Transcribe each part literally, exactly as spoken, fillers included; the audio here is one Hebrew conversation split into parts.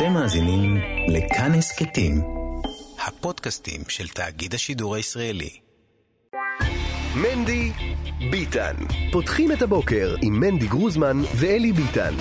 אתם מאזינים לכאן הסכתים, הפודקאסטים של תאגיד השידור הישראלי. מנדי ביטן. פותחים את הבוקר עם מנדי גרוזמן ואלי ביטן.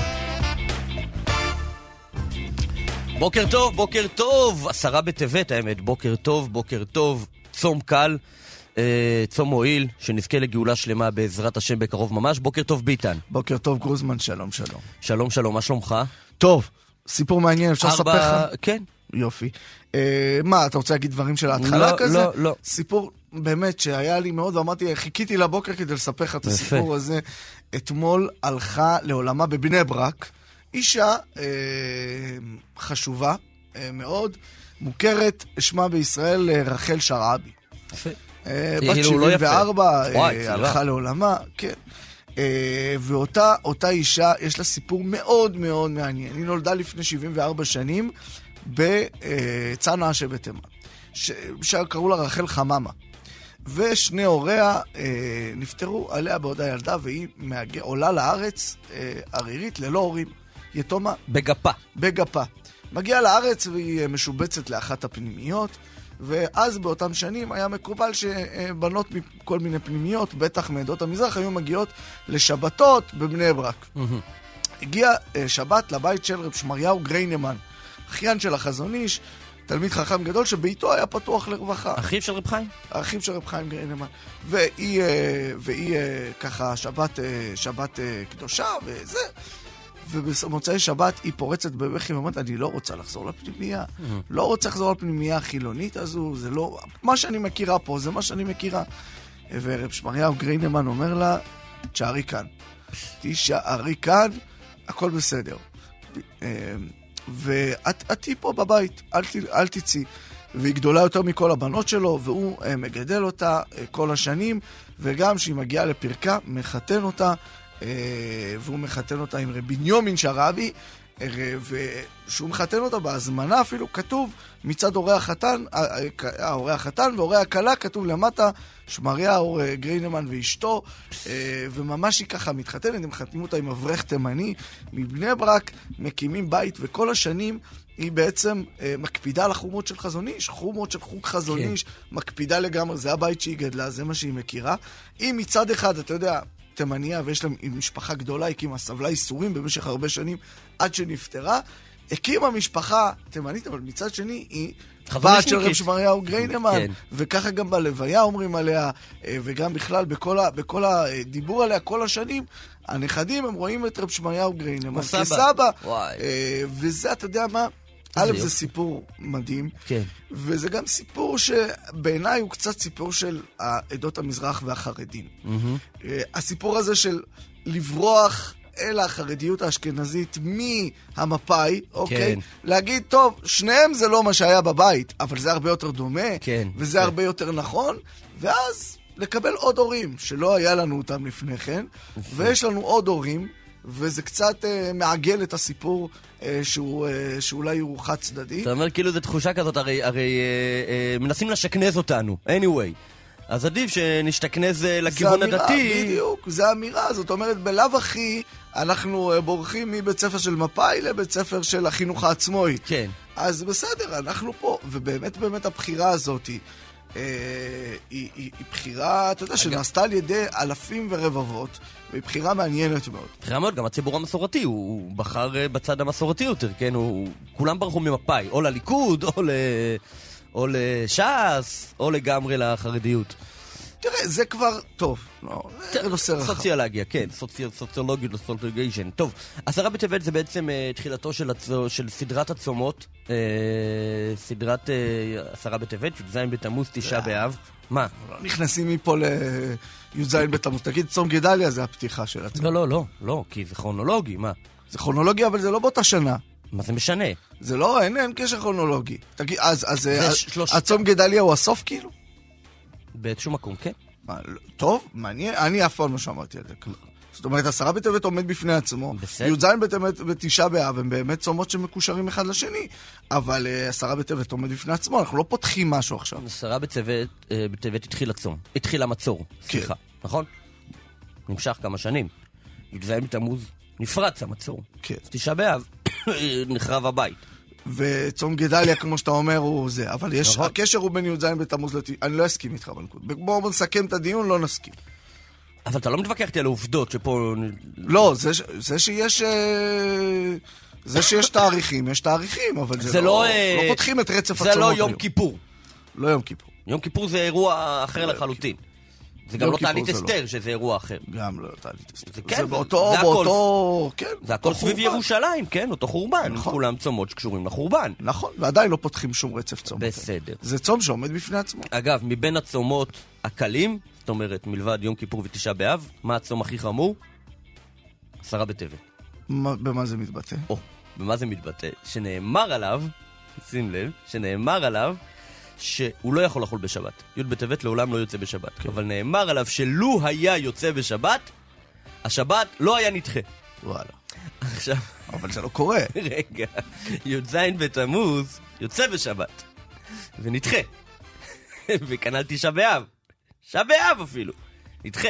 בוקר טוב, בוקר טוב, עשרה בטבת האמת, בוקר טוב, בוקר טוב, צום קל, אה, צום מועיל, שנזכה לגאולה שלמה בעזרת השם בקרוב ממש. בוקר טוב ביטן. בוקר טוב גרוזמן, שלום שלום. שלום שלום, מה שלומך? טוב, סיפור מעניין, אפשר לספר לך? כן. יופי. אה, מה, אתה רוצה להגיד דברים של ההתחלה לא, כזה? לא, לא. סיפור באמת שהיה לי מאוד, ואמרתי, חיכיתי לבוקר כדי לספר לך את הסיפור הזה. אתמול הלכה לעולמה בבני ברק, אישה אה, חשובה אה, מאוד, מוכרת, שמה בישראל רחל שרעבי. יפה. אה, בת שבעים וארבע, לא אה, הלכה לעולמה, כן. אה, ואותה אותה אישה, יש לה סיפור מאוד מאוד מעניין. היא נולדה לפני שבעים וארבע שנים בצנעא שבתימן, שקראו לה רחל חממה. ושני הוריה אה, נפטרו עליה בעודה ילדה, והיא מהג... עולה לארץ אה, ערירית ללא הורים, יתומה. בגפה. בגפה. מגיעה לארץ והיא משובצת לאחת הפנימיות, ואז באותם שנים היה מקובל שבנות מכל מיני פנימיות, בטח מעדות המזרח, היו מגיעות לשבתות בבני ברק. Mm-hmm. הגיע אה, שבת לבית של רב שמריהו גריינמן, אחיין של החזון איש, תלמיד חכם גדול שביתו היה פתוח לרווחה. אחיו של רב חיים? אחיו של רב חיים גריינמן. והיא, והיא ככה שבת, שבת קדושה וזה. ובמוצאי שבת היא פורצת בבכי ואומרת, אני לא רוצה לחזור לפנימייה. Mm-hmm. לא רוצה לחזור לפנימייה החילונית הזו. זה לא, מה שאני מכירה פה, זה מה שאני מכירה. ורב שמריהו גריינמן אומר לה, תשארי כאן. תשארי כאן, הכל בסדר. ואת תהי פה בבית, אל, אל תצאי. והיא גדולה יותר מכל הבנות שלו, והוא uh, מגדל אותה uh, כל השנים, וגם שהיא מגיעה לפרקה, מחתן אותה, uh, והוא מחתן אותה עם רבי בנימין שרעבי, uh, ושהוא מחתן אותה בהזמנה אפילו כתוב מצד הורי החתן, ההורי החתן והורי הכלה, כתוב למטה שמריהו גריינמן ואשתו, וממש היא ככה מתחתנת, הם מחתנים אותה עם אברך תימני מבני ברק, מקימים בית, וכל השנים היא בעצם מקפידה על החומות של חזון איש, חומות של חוג חזון איש, כן. מקפידה לגמרי, זה הבית שהיא גדלה, זה מה שהיא מכירה. היא מצד אחד, אתה יודע, תימניה, ויש לה משפחה גדולה, היא כמעט סבלה איסורים במשך הרבה שנים עד שנפטרה, הקימה משפחה תימנית, אבל מצד שני היא בת של רב שמריהו גריינמן, כן. וככה גם בלוויה אומרים עליה, וגם בכלל בכל, ה, בכל הדיבור עליה כל השנים, הנכדים הם רואים את רב שמריהו גריינמן כסבא, וזה אתה יודע מה, א' זה סיפור מדהים, כן. וזה גם סיפור שבעיניי הוא קצת סיפור של העדות המזרח והחרדים. Mm-hmm. הסיפור הזה של לברוח אל החרדיות האשכנזית מהמפאי, אוקיי? כן. להגיד, טוב, שניהם זה לא מה שהיה בבית, אבל זה הרבה יותר דומה, כן, וזה כן. הרבה יותר נכון, ואז לקבל עוד הורים, שלא היה לנו אותם לפני כן, ויש לנו עוד הורים, וזה קצת אה, מעגל את הסיפור אה, שהוא, אה, שאולי הוא חד צדדי. אתה אומר כאילו זו תחושה כזאת, הרי, הרי אה, אה, מנסים לשכנז אותנו, anyway. אז עדיף שנשתכנז לכיוון אמירה, הדתי. בדיוק, זה אמירה. זאת אומרת, בלב אחי, אנחנו בורחים מבית ספר של מפאי לבית ספר של החינוך העצמאי. כן. אז בסדר, אנחנו פה, ובאמת באמת הבחירה הזאת היא, אה, היא, היא, היא בחירה, אתה יודע, אגב. שנעשתה על ידי אלפים ורבבות, והיא בחירה מעניינת מאוד. בחירה מאוד, גם הציבור המסורתי, הוא, הוא בחר בצד המסורתי יותר, כן? הוא, כולם ברחו ממפאי, או לליכוד, או ל... או לש"ס, או לגמרי לחרדיות. תראה, זה כבר טוב. לא, זה נושא רחב. סוציולוגיה, כן. סוציולוגיה, סוציולוגיה. טוב, עשרה בטבת זה בעצם תחילתו של סדרת הצומות. סדרת עשרה בטבת, י"ז בתמוז, תשעה באב. מה? נכנסים מפה לי"ז בתמוז. תגיד, צום גדליה זה הפתיחה של הצום. לא, לא, לא. לא, כי זה כרונולוגי, מה? זה כרונולוגי, אבל זה לא באותה שנה. מה זה משנה? זה לא, אין, אין קשר כרונולוגי. תגיד, אז, אז, הצום גדליה הוא הסוף כאילו? באיזשהו מקום, כן. מה, טוב, מעניין, אני אף פעם לא שמעתי על זה ככה. זאת אומרת, עשרה בטבת עומד בפני עצמו, י"ז בטבת בתשעה באב, הם באמת צומות שמקושרים אחד לשני, אבל עשרה בטבת עומד בפני עצמו, אנחנו לא פותחים משהו עכשיו. עשרה בטבת התחיל הצום, התחיל המצור, סליחה, נכון? נמשך כמה שנים. י"ז בתמוז נפרץ המצור. כן. תשעה באב נחרב הבית. וצום גדליה, כמו שאתה אומר, הוא זה. אבל יש, הקשר הוא בין י"ז בתמוז לתשעה, אני לא אסכים איתך בנקוד. בואו נסכם את הדיון, לא נסכים. אבל אתה לא מתווכחתי על העובדות שפה... לא, זה, זה שיש... זה שיש תאריכים, יש תאריכים, אבל זה, זה לא, לא... לא פותחים את רצף הצומות. זה לא יום כיפור. לא יום כיפור. יום כיפור זה אירוע אחר לחלוטין. זה גם לא תענית אסתר, שזה אירוע אחר. גם לא תענית אסתר. זה באותו, באותו, כן. זה הכל סביב ירושלים, כן, אותו חורבן. כולם צומות שקשורים לחורבן. נכון, ועדיין לא פותחים שום רצף צומות. בסדר. זה צום שעומד בפני עצמו. אגב, מבין הצומות הקלים, זאת אומרת, מלבד יום כיפור ותשעה באב, מה הצום הכי חמור? עשרה בטבת. במה זה מתבטא? או, במה זה מתבטא? שנאמר עליו, שים לב, שנאמר עליו, שהוא לא יכול לחול בשבת. י' בטבת לעולם לא יוצא בשבת. כן. אבל נאמר עליו שלו היה יוצא בשבת, השבת לא היה נדחה. וואלה. עכשיו... אבל זה לא קורה. רגע, י"ז בתמוז יוצא בשבת. ונדחה. וכנ"ל תשעה באב. תשעה באב אפילו. נדחה.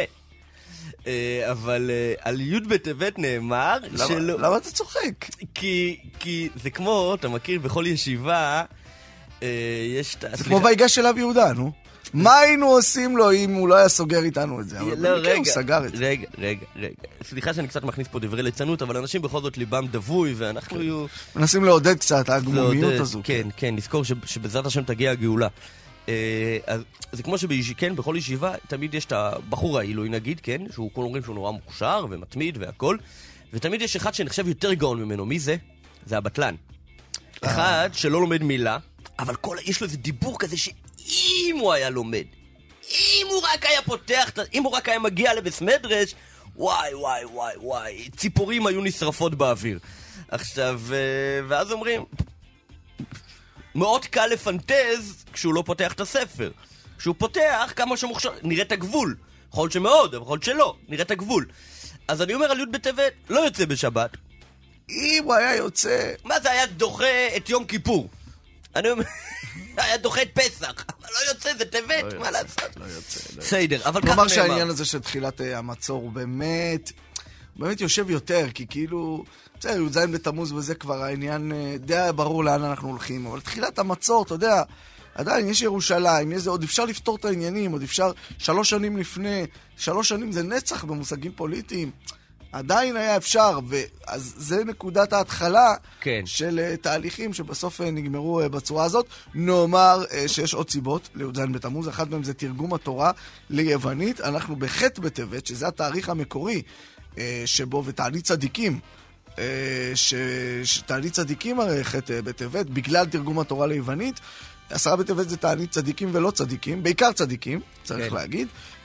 אבל על י' בטבת נאמר שלא... למה אתה צוחק? כי, כי זה כמו, אתה מכיר, בכל ישיבה... יש... זה כמו ויגש אליו יהודה, נו. מה היינו עושים לו אם הוא לא היה סוגר איתנו את זה? לא, רגע, הוא סגר את זה. רגע, רגע, רגע. סליחה שאני קצת מכניס פה דברי ליצנות, אבל אנשים בכל זאת ליבם דבוי, ואנחנו יהיו... מנסים לעודד קצת, הגמומיות הזו. כן, כן, נזכור שבעזרת השם תגיע הגאולה. זה כמו שכן, בכל ישיבה, תמיד יש את הבחור העילוי, נגיד, כן, שהוא כל אומרים שהוא נורא מוכשר ומתמיד והכל, ותמיד יש אחד שנחשב יותר גאון ממנו. מי זה? זה הבטלן. אחד שלא לומד מילה, אבל כל, יש לו איזה דיבור כזה שאם הוא היה לומד, אם הוא רק היה פותח, אם הוא רק היה מגיע לבית מדרש, וואי וואי וואי וואי, ציפורים היו נשרפות באוויר. עכשיו, ואז אומרים, מאוד קל לפנטז כשהוא לא פותח את הספר. כשהוא פותח כמה שמוכשר, נראה את הגבול. יכול להיות שמאוד, אבל יכול להיות שלא, נראה את הגבול. אז אני אומר על י' בטבת, לא יוצא בשבת. אם הוא היה יוצא... מה זה היה דוחה את יום כיפור? אני אומר, היה דוחה את פסח, אבל לא יוצא, זה טבת, מה לעשות? לא יוצא, לא יוצא. סיידר, אבל ככה נאמר. כלומר שהעניין הזה של תחילת המצור הוא באמת, הוא באמת יושב יותר, כי כאילו, בסדר, י"ז בתמוז וזה כבר העניין די ברור לאן אנחנו הולכים, אבל תחילת המצור, אתה יודע, עדיין יש ירושלים, יש זה, עוד אפשר לפתור את העניינים, עוד אפשר שלוש שנים לפני, שלוש שנים זה נצח במושגים פוליטיים, עדיין היה אפשר, ואז זה נקודת ההתחלה כן. של תהליכים שבסוף נגמרו בצורה הזאת. נאמר שיש עוד סיבות לי"ז בתמוז, אחת מהם זה תרגום התורה ליוונית. אנחנו בח' בטבת, שזה התאריך המקורי שבו, ותענית צדיקים, שתענית צדיקים הרי ח' בטבת, בגלל תרגום התורה ליוונית. עשרה בטבת זה תענית צדיקים ולא צדיקים, בעיקר צדיקים, צריך כן. להגיד.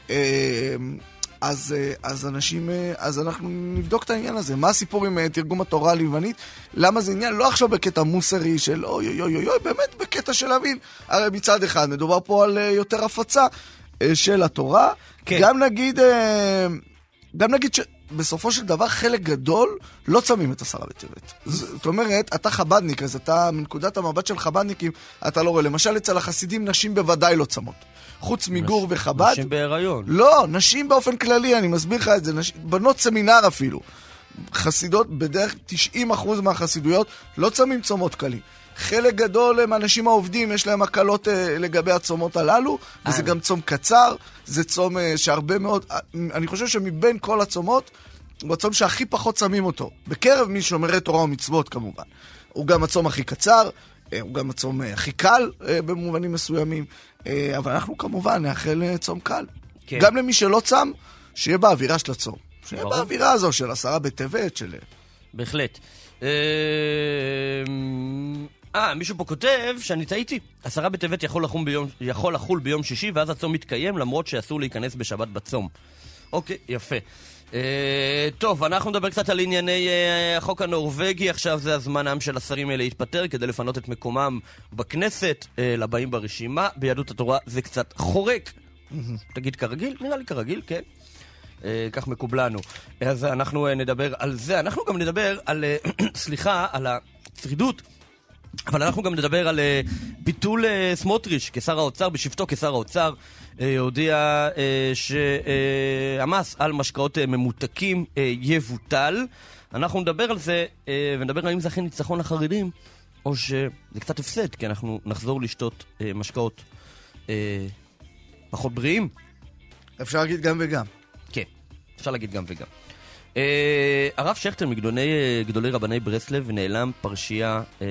אז, אז אנשים, אז אנחנו נבדוק את העניין הזה. מה הסיפור עם תרגום התורה הליוונית? למה זה עניין? לא עכשיו בקטע מוסרי של אוי אוי אוי אוי, באמת בקטע של להבין. הרי מצד אחד מדובר פה על יותר הפצה של התורה. כן. גם נגיד, גם נגיד שבסופו של דבר חלק גדול לא צמים את עשרה בטבת. זאת אומרת, אתה חבדניק, אז אתה, מנקודת המבט של חבדניקים, אתה לא רואה. למשל, אצל החסידים נשים בוודאי לא צמות. חוץ מגור נש... וחב"ד. נשים בהיריון. לא, נשים באופן כללי, אני מסביר לך את זה. נש... בנות סמינר אפילו. חסידות, בדרך תשעים אחוז מהחסידויות, לא צמים צומות קלים. חלק גדול מהאנשים העובדים, יש להם הקלות אה, לגבי הצומות הללו, וזה גם צום קצר, זה צום אה, שהרבה מאוד, אה, אני חושב שמבין כל הצומות, הוא הצום שהכי פחות צמים אותו. בקרב מי שומרי תורה ומצוות כמובן. הוא גם הצום הכי קצר, אה, הוא גם הצום אה, הכי קל אה, במובנים מסוימים, אבל אנחנו כמובן נאחל צום קל. כן. גם למי שלא צם, שיהיה באווירה של הצום. שיהיה ברור. באווירה הזו של עשרה בטבת של... בהחלט. אה, מישהו פה כותב שאני טעיתי. עשרה בטבת יכול לחול ביום, יכול לחול ביום שישי, ואז הצום מתקיים, למרות שאסור להיכנס בשבת בצום. אוקיי, יפה. Uh, טוב, אנחנו נדבר קצת על ענייני uh, החוק הנורווגי. עכשיו זה הזמנם של השרים האלה להתפטר כדי לפנות את מקומם בכנסת uh, לבאים ברשימה. ביהדות התורה זה קצת חורק. mm-hmm. תגיד כרגיל? נראה לי כרגיל, כן. uh, כך מקובלנו. אז אנחנו uh, נדבר על זה. אנחנו גם נדבר על, uh, סליחה, על הצרידות, אבל אנחנו גם נדבר על uh, ביטול uh, סמוטריץ' כשר האוצר, בשבתו כשר האוצר. הודיע שהמס על משקאות ממותקים יבוטל. אנחנו נדבר על זה ונדבר על אם זה הכי ניצחון לחרדים או שזה קצת הפסד, כי אנחנו נחזור לשתות אה, משקאות אה, פחות בריאים. אפשר להגיד גם וגם. כן, אפשר להגיד גם וגם. אה, הרב שכטר מגדולי גדולי רבני ברסלב נעלם פרשייה אה,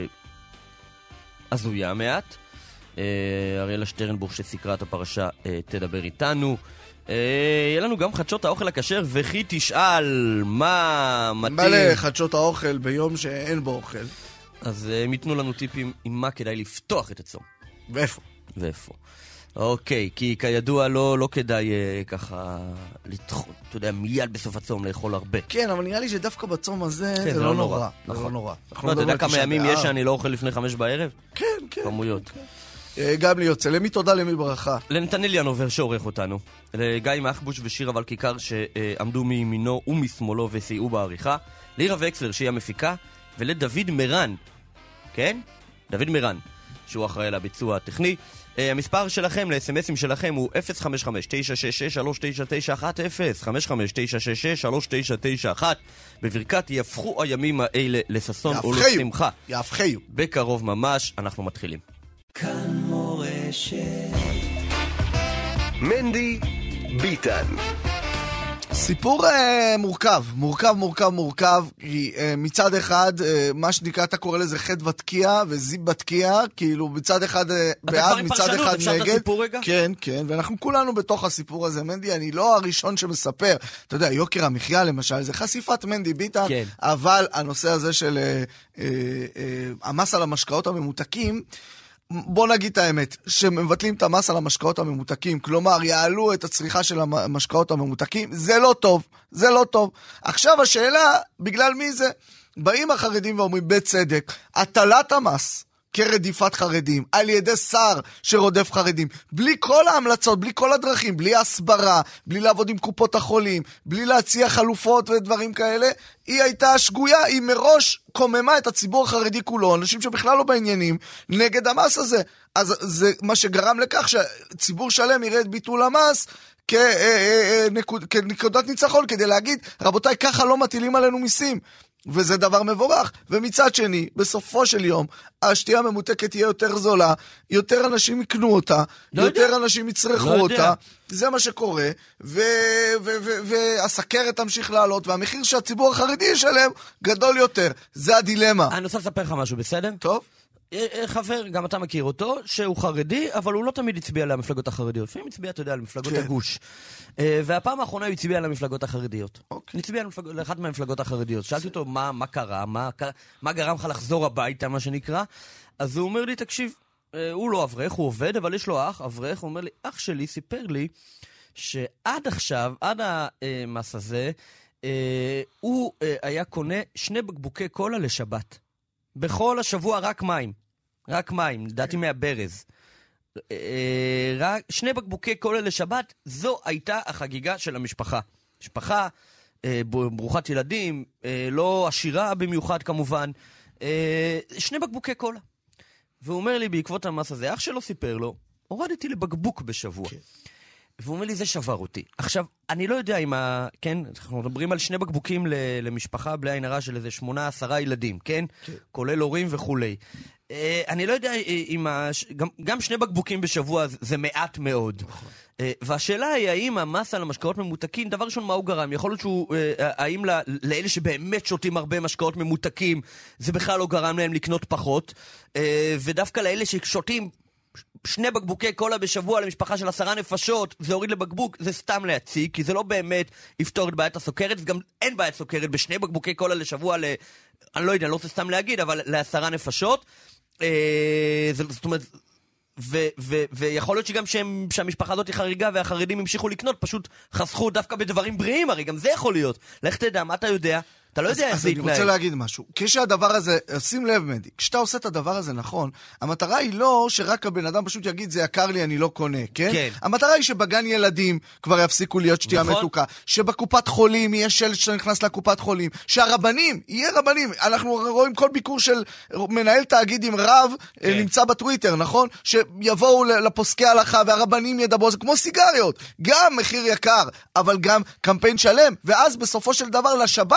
הזויה מעט. אה, אריאלה שטרנבוך שסיקרה את הפרשה אה, תדבר איתנו. אה, יהיה לנו גם חדשות האוכל הכשר, וכי תשאל מה מתאים. מלא חדשות האוכל ביום שאין בו אוכל. אז הם uh, ייתנו לנו טיפים עם מה כדאי לפתוח את הצום. ואיפה? ואיפה. אוקיי, כי כידוע לא, לא כדאי uh, ככה לתחול, אתה יודע, מיד בסוף הצום לאכול הרבה. כן, אבל נראה לי שדווקא בצום הזה כן, זה, זה לא לא נורא. נורא. זה נכון. לא נורא. לא, אתה יודע כמה ימים יש שאני לא אוכל לפני חמש בערב? כן, כן. כמויות. כן. גם לי יוצא, למי תודה, למי ברכה. לנתנאל ינובר שעורך אותנו, לגיא מחבוש ושיר אבל כיכר שעמדו מימינו ומשמאלו וסייעו בעריכה, לירה וקסלר שהיא המפיקה, ולדוד מרן, כן? דוד מרן, שהוא אחראי לביצוע הטכני. המספר שלכם, ל-אס-אם-אסים שלכם הוא אפס חמש חמש תשע שש שש שלוש תשע תשע אחת אפס חמש חמש תשע שש שש שלוש תשע תשע אחת. בברכת יפכו הימים האלה לששון ולשמחה. יהפכו. בקרוב ממש, אנחנו מתחילים. כאן מורשת מנדי ביטן. סיפור אה, מורכב, מורכב, מורכב, מורכב, כי אה, מצד אחד, אה, מה שנקרא, אתה קורא לזה חטא ותקיע וזיב בתקיע, כאילו מצד אחד אה, בעד, מצד אחד נגד. כן, כן, ואנחנו כולנו בתוך הסיפור הזה, מנדי, אני לא הראשון שמספר, אתה יודע, יוקר המחיה למשל, זה חשיפת מנדי ביטן, כן. אבל הנושא הזה של אה, אה, אה, המס על המשקאות הממותקים, בוא נגיד את האמת, שמבטלים את המס על המשקאות הממותקים, כלומר יעלו את הצריכה של המשקאות הממותקים, זה לא טוב, זה לא טוב. עכשיו השאלה, בגלל מי זה? באים החרדים ואומרים בצדק, הטלת המס כרדיפת חרדים, על ידי שר שרודף חרדים, בלי כל ההמלצות, בלי כל הדרכים, בלי הסברה, בלי לעבוד עם קופות החולים, בלי להציע חלופות ודברים כאלה, היא הייתה שגויה, היא מראש קוממה את הציבור החרדי כולו, אנשים שבכלל לא בעניינים, נגד המס הזה. אז זה מה שגרם לכך שציבור שלם יראה את ביטול המס כנקודת ניצחון, כדי להגיד, רבותיי, ככה לא מטילים עלינו מיסים. וזה דבר מבורך. ומצד שני, בסופו של יום, השתייה הממותקת תהיה יותר זולה, יותר אנשים יקנו אותה, לא יותר יודע. אנשים יצרכו לא אותה, יודע. זה מה שקורה, והסכרת תמשיך לעלות, והמחיר שהציבור החרדי ישלם גדול יותר. זה הדילמה. אני רוצה לספר לך משהו, בסדר? טוב. חבר, גם אתה מכיר אותו, שהוא חרדי, אבל הוא לא תמיד הצביע למפלגות החרדיות. לפעמים הצביע, אתה יודע, למפלגות הגוש. והפעם האחרונה הוא הצביע למפלגות החרדיות. הצביע לאחת מהמפלגות החרדיות. שאלתי אותו מה קרה, מה גרם לך לחזור הביתה, מה שנקרא. אז הוא אומר לי, תקשיב, הוא לא אברך, הוא עובד, אבל יש לו אח, אברך, הוא אומר לי, אח שלי סיפר לי, שעד עכשיו, עד המס הזה, הוא היה קונה שני בקבוקי קולה לשבת. בכל השבוע רק מים. רק מים, לדעתי מהברז. רק שני בקבוקי קולה לשבת, זו הייתה החגיגה של המשפחה. משפחה, ברוכת ילדים, לא עשירה במיוחד כמובן, שני בקבוקי קולה. והוא אומר לי, בעקבות המס הזה, אח שלו סיפר לו, הורדתי לבקבוק בשבוע. והוא אומר לי, זה שבר אותי. עכשיו, אני לא יודע אם ה... כן, אנחנו מדברים על שני בקבוקים למשפחה בלי עין הרע של איזה שמונה, עשרה ילדים, כן? כולל הורים וכולי. אני לא יודע אם ה... גם, גם שני בקבוקים בשבוע זה מעט מאוד. והשאלה היא, האם המס על המשקאות ממותקים, דבר ראשון, מה הוא גרם? יכול להיות שהוא... האם לאלה שבאמת שותים הרבה משקאות ממותקים, זה בכלל לא גרם להם לקנות פחות, ודווקא לאלה ששותים שני בקבוקי קולה בשבוע למשפחה של עשרה נפשות, זה הוריד לבקבוק, זה סתם להציג, כי זה לא באמת יפתור את בעיית הסוכרת, וגם אין בעיית סוכרת בשני בקבוקי קולה לשבוע, ל... אני לא יודע, אני לא רוצה סתם להגיד, אבל לעשרה נפשות, אה, זה, זאת אומרת, ו, ו, ויכול להיות שגם שהם, שהמשפחה הזאת היא חריגה, והחרדים המשיכו לקנות, פשוט חסכו דווקא בדברים בריאים, הרי גם זה יכול להיות. לך תדע, מה אתה יודע? אתה לא יודע איך זה יתנהל. אז אני רוצה להגיד משהו. כשהדבר הזה, שים לב מדי, כשאתה עושה את הדבר הזה נכון, המטרה היא לא שרק הבן אדם פשוט יגיד, זה יקר לי, אני לא קונה, כן? כן. המטרה היא שבגן ילדים כבר יפסיקו להיות שתייה נכון. מתוקה, שבקופת חולים יהיה שלט שנכנס לקופת חולים, שהרבנים, יהיה רבנים, אנחנו רואים כל ביקור של מנהל תאגיד עם רב, כן. נמצא בטוויטר, נכון? שיבואו לפוסקי הלכה והרבנים ידברו, זה כמו סיגריות, גם מחיר יקר, אבל גם קמפיין שלם, ואז בסופו של דבר לשבת,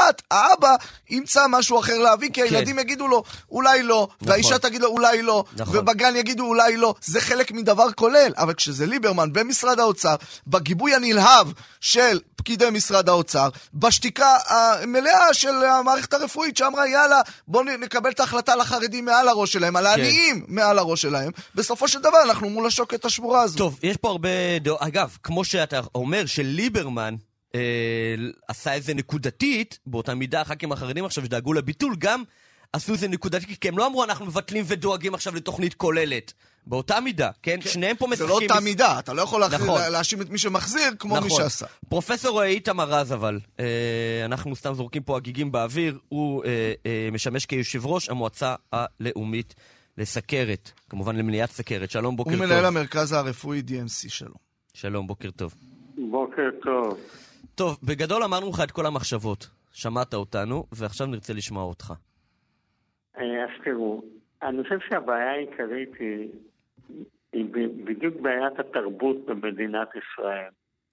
האבא ימצא משהו אחר להביא, כי הילדים יגידו לו אולי לא, והאישה תגיד לו אולי לא, ובגן יגידו אולי לא. זה חלק מדבר כולל, אבל כשזה ליברמן במשרד האוצר, בגיבוי הנלהב של פקידי משרד האוצר, בשתיקה המלאה של המערכת הרפואית שאמרה יאללה בואו נקבל את ההחלטה לחרדים מעל הראש שלהם, על העניים מעל הראש שלהם, בסופו של דבר אנחנו מול השוקת השבורה הזו. טוב, יש פה הרבה, אגב, כמו שאתה אומר שליברמן אה, עשה איזה נקודתית, באותה מידה הח"כים החרדים עכשיו שדאגו לביטול, גם עשו איזה נקודתית, כי הם לא אמרו אנחנו מבטלים ודואגים עכשיו לתוכנית כוללת. באותה מידה, כן? כן. שניהם פה משחקים... זה לא אותה מידה, אתה לא יכול נכון. להאשים את מי שמחזיר כמו נכון. מי שעשה. פרופסור איתמר רז אבל, אה, אנחנו סתם זורקים פה הגיגים באוויר, הוא אה, אה, משמש כיושב ראש המועצה הלאומית לסכרת, כמובן למניעת סכרת. שלום, בוקר טוב. הוא מנהל המרכז הרפואי די אם סי, שלום. שלום, בוקר טוב. בוקר טוב. טוב, בגדול אמרנו לך את כל המחשבות, שמעת אותנו, ועכשיו נרצה לשמוע אותך. אז תראו, אני חושב שהבעיה העיקרית היא, היא בדיוק בעיית התרבות במדינת ישראל.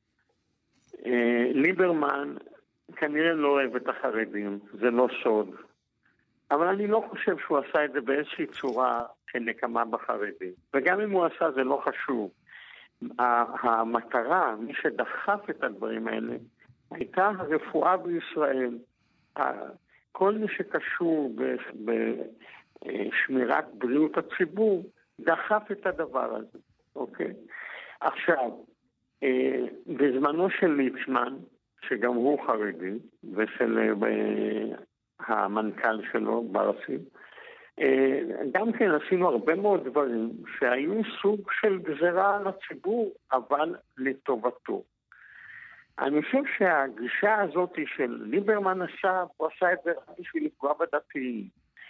ליברמן כנראה לא אוהב את החרדים, זה לא סוד. אבל אני לא חושב שהוא עשה את זה באיזושהי צורה כנקמה בחרדים. וגם אם הוא עשה, זה לא חשוב. המטרה, מי שדחף את הדברים האלה, הייתה הרפואה בישראל. כל מי שקשור בשמירת בריאות הציבור, דחף את הדבר הזה. אוקיי? עכשיו, בזמנו של ליצמן, שגם הוא חרדי, ושל המנכ"ל שלו, ברסי, גם כן עשינו הרבה מאוד דברים שהיו סוג של גזרה על הציבור, אבל לטובתו. אני חושב שהגישה הזאת של ליברמן עשה, הוא עשה את זה רק בשביל לפגוע בדתיים.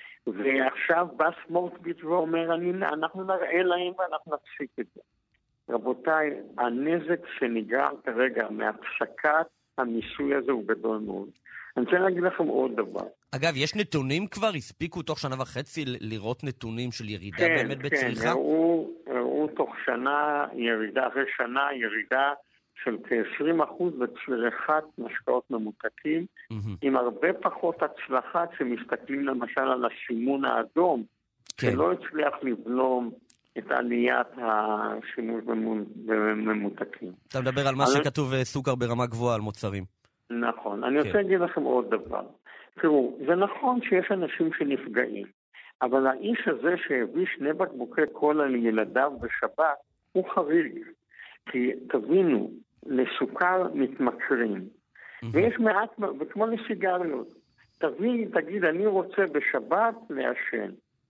ועכשיו בא סמוטריץ' ואומר, אנחנו נראה להם ואנחנו נפסיק את זה. רבותיי, הנזק שנגרם כרגע מהפסקת המיסוי הזה הוא גדול מאוד. אני רוצה להגיד לכם עוד דבר. אגב, יש נתונים כבר? הספיקו תוך שנה וחצי לראות נתונים של ירידה כן, באמת בצריכה? כן, הראו, הראו תוך שנה ירידה, אחרי שנה ירידה של כ-עשרים אחוז בצריכת משקאות ממותקים, mm-hmm. עם הרבה פחות הצלחה כשמסתכלים למשל על הסימון האדום, כן. שלא הצליח לבלום את עליית השימוש בממותקים. אתה מדבר על מה אני... שכתוב סוכר ברמה גבוהה על מוצרים. נכון. אני כן. רוצה להגיד לכם עוד דבר. תראו, זה נכון שיש אנשים שנפגעים, אבל האיש הזה שהביא שני בקבוקי קולה לילדיו בשבת, הוא חריג. כי תבינו, לסוכר מתמכרים. Mm-hmm. ויש מעט, וכמו לסיגריות, תבין, תגיד, אני רוצה בשבת לעשן.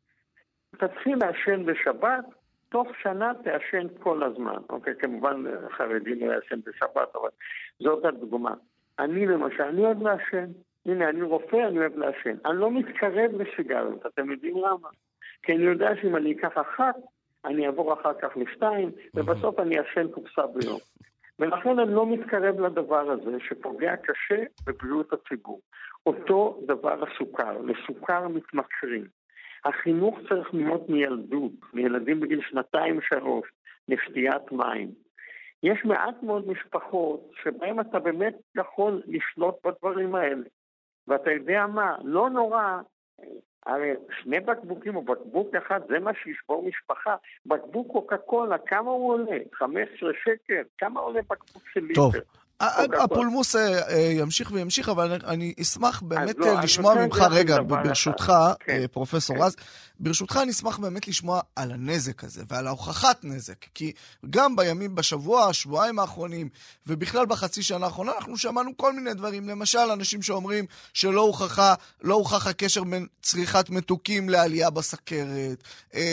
תתחיל לעשן בשבת, תוך שנה תעשן כל הזמן. אוקיי, כמובן חרדים לא יעשן בשבת, אבל זאת הדוגמה. אני למשל, אני אוהב לעשן. הנה, אני רופא, אני אוהב לעשן. אני לא מתקרב לסיגריות, אתם יודעים למה? כי אני יודע שאם אני אקח אחת, אני אעבור אחר כך לשתיים, ובסוף אני אשן קופסה ביום. ולכן אני לא מתקרב לדבר הזה, שפוגע קשה בבריאות הציבור. אותו דבר הסוכר, לסוכר מתמכרים. החינוך צריך להיות מילדות, מילדים בגיל שנתיים שלוש, לשתיית מים. יש מעט מאוד משפחות שבהם אתה באמת יכול לשלוט בדברים האלה. ואתה יודע מה, לא נורא, הרי שני בקבוקים או בקבוק אחד, זה מה שישבור משפחה. בקבוק קוקה קולה, כמה הוא עולה? חמש עשרה שקל? כמה עולה בקבוק של ליטר? טוב. הפולמוס ימשיך וימשיך, אבל אני אשמח באמת לשמוע ממך, רגע, ברשותך, פרופסור רז, ברשותך אני אשמח באמת לשמוע על הנזק הזה, ועל ההוכחת נזק, כי גם בימים, בשבוע, השבועיים האחרונים, ובכלל בחצי שנה האחרונה, אנחנו שמענו כל מיני דברים, למשל, אנשים שאומרים שלא הוכחה, לא הוכח הקשר בין צריכת מתוקים לעלייה בסכרת,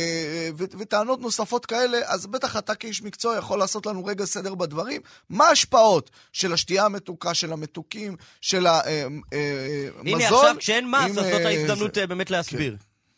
וטענות נוספות כאלה, אז בטח אתה כאיש מקצוע יכול לעשות לנו רגע סדר בדברים. מה ההשפעות של השתייה המתוקה, של המתוקים, של המזון? הנה עכשיו כשאין מס, אז זאת ההזדמנות באמת להסביר.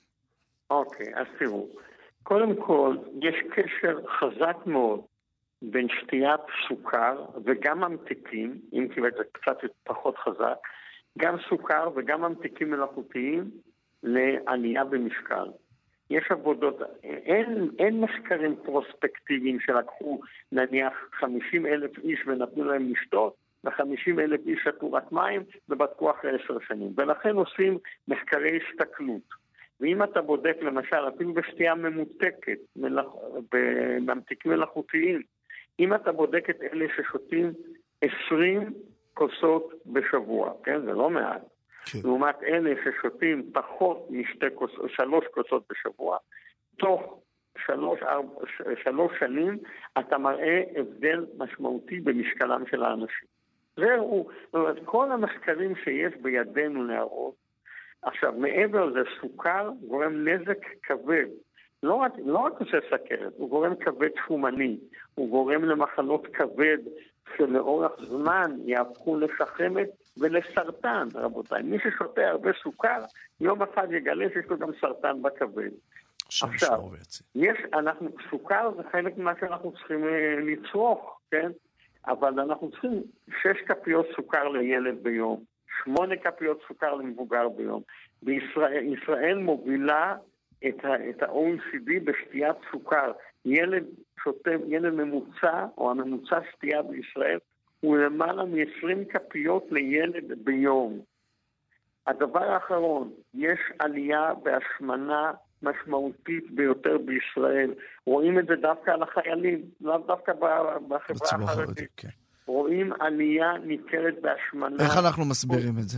אוקיי, אז תראו, קודם כל יש קשר חזק מאוד בין שתיית סוכר וגם ממתיקים, אם כי זה קצת פחות חזק, גם סוכר וגם ממתיקים מלאכותיים לעלייה במשקל. יש עבודות, אין, אין מחקרים פרוספקטיביים שלקחו נניח חמישים אלף איש ונתנו להם לשתות, ו-חמישים אלף איש שתו רק מים, ובדקו אחרי עשר שנים. ולכן עושים מחקרי הסתכלות. ואם אתה בודק למשל, אפילו בשתייה ממותקת, מלח... בממתיקים מלאכותיים, אם אתה בודק את אלה ששותים עשרים כוסות בשבוע, כן? זה לא מעט. כן. לעומת אלה ששותים פחות משתי כוסות, שלוש כוסות בשבוע, תוך שלוש, ארבע, שלוש שנים אתה מראה הבדל משמעותי במשקלם של האנשים. זהו, כל המחקרים שיש בידינו להראות, עכשיו מעבר לזה סוכר גורם נזק כבד, לא רק, לא רק עושה סכרת, הוא גורם כבד שומני, הוא גורם למחלות כבד שלאורך זמן יהפכו לשחמת ולסרטן, רבותיי. מי ששותה הרבה סוכר, יום אחד יגלה שיש לו גם סרטן בכבד. עכשיו, יש, אנחנו, סוכר זה חלק ממה שאנחנו צריכים לצרוך, כן? אבל אנחנו צריכים שש כפיות סוכר לילד ביום, שמונה כפיות סוכר למבוגר ביום. בישראל, ישראל מובילה את ה, את ה-או אי סי די בשתיית סוכר. ילד שותה, ילד ממוצע, או הממוצע שתייה בישראל, הוא למעלה מ-עשרים כפיות לילד ביום. הדבר האחרון, יש עלייה בהשמנה משמעותית ביותר בישראל. רואים את זה דווקא על החיילים, לא דווקא בחברה החרדית. כן. רואים עלייה ניכרת בהשמנה. איך אנחנו מסבירים את זה?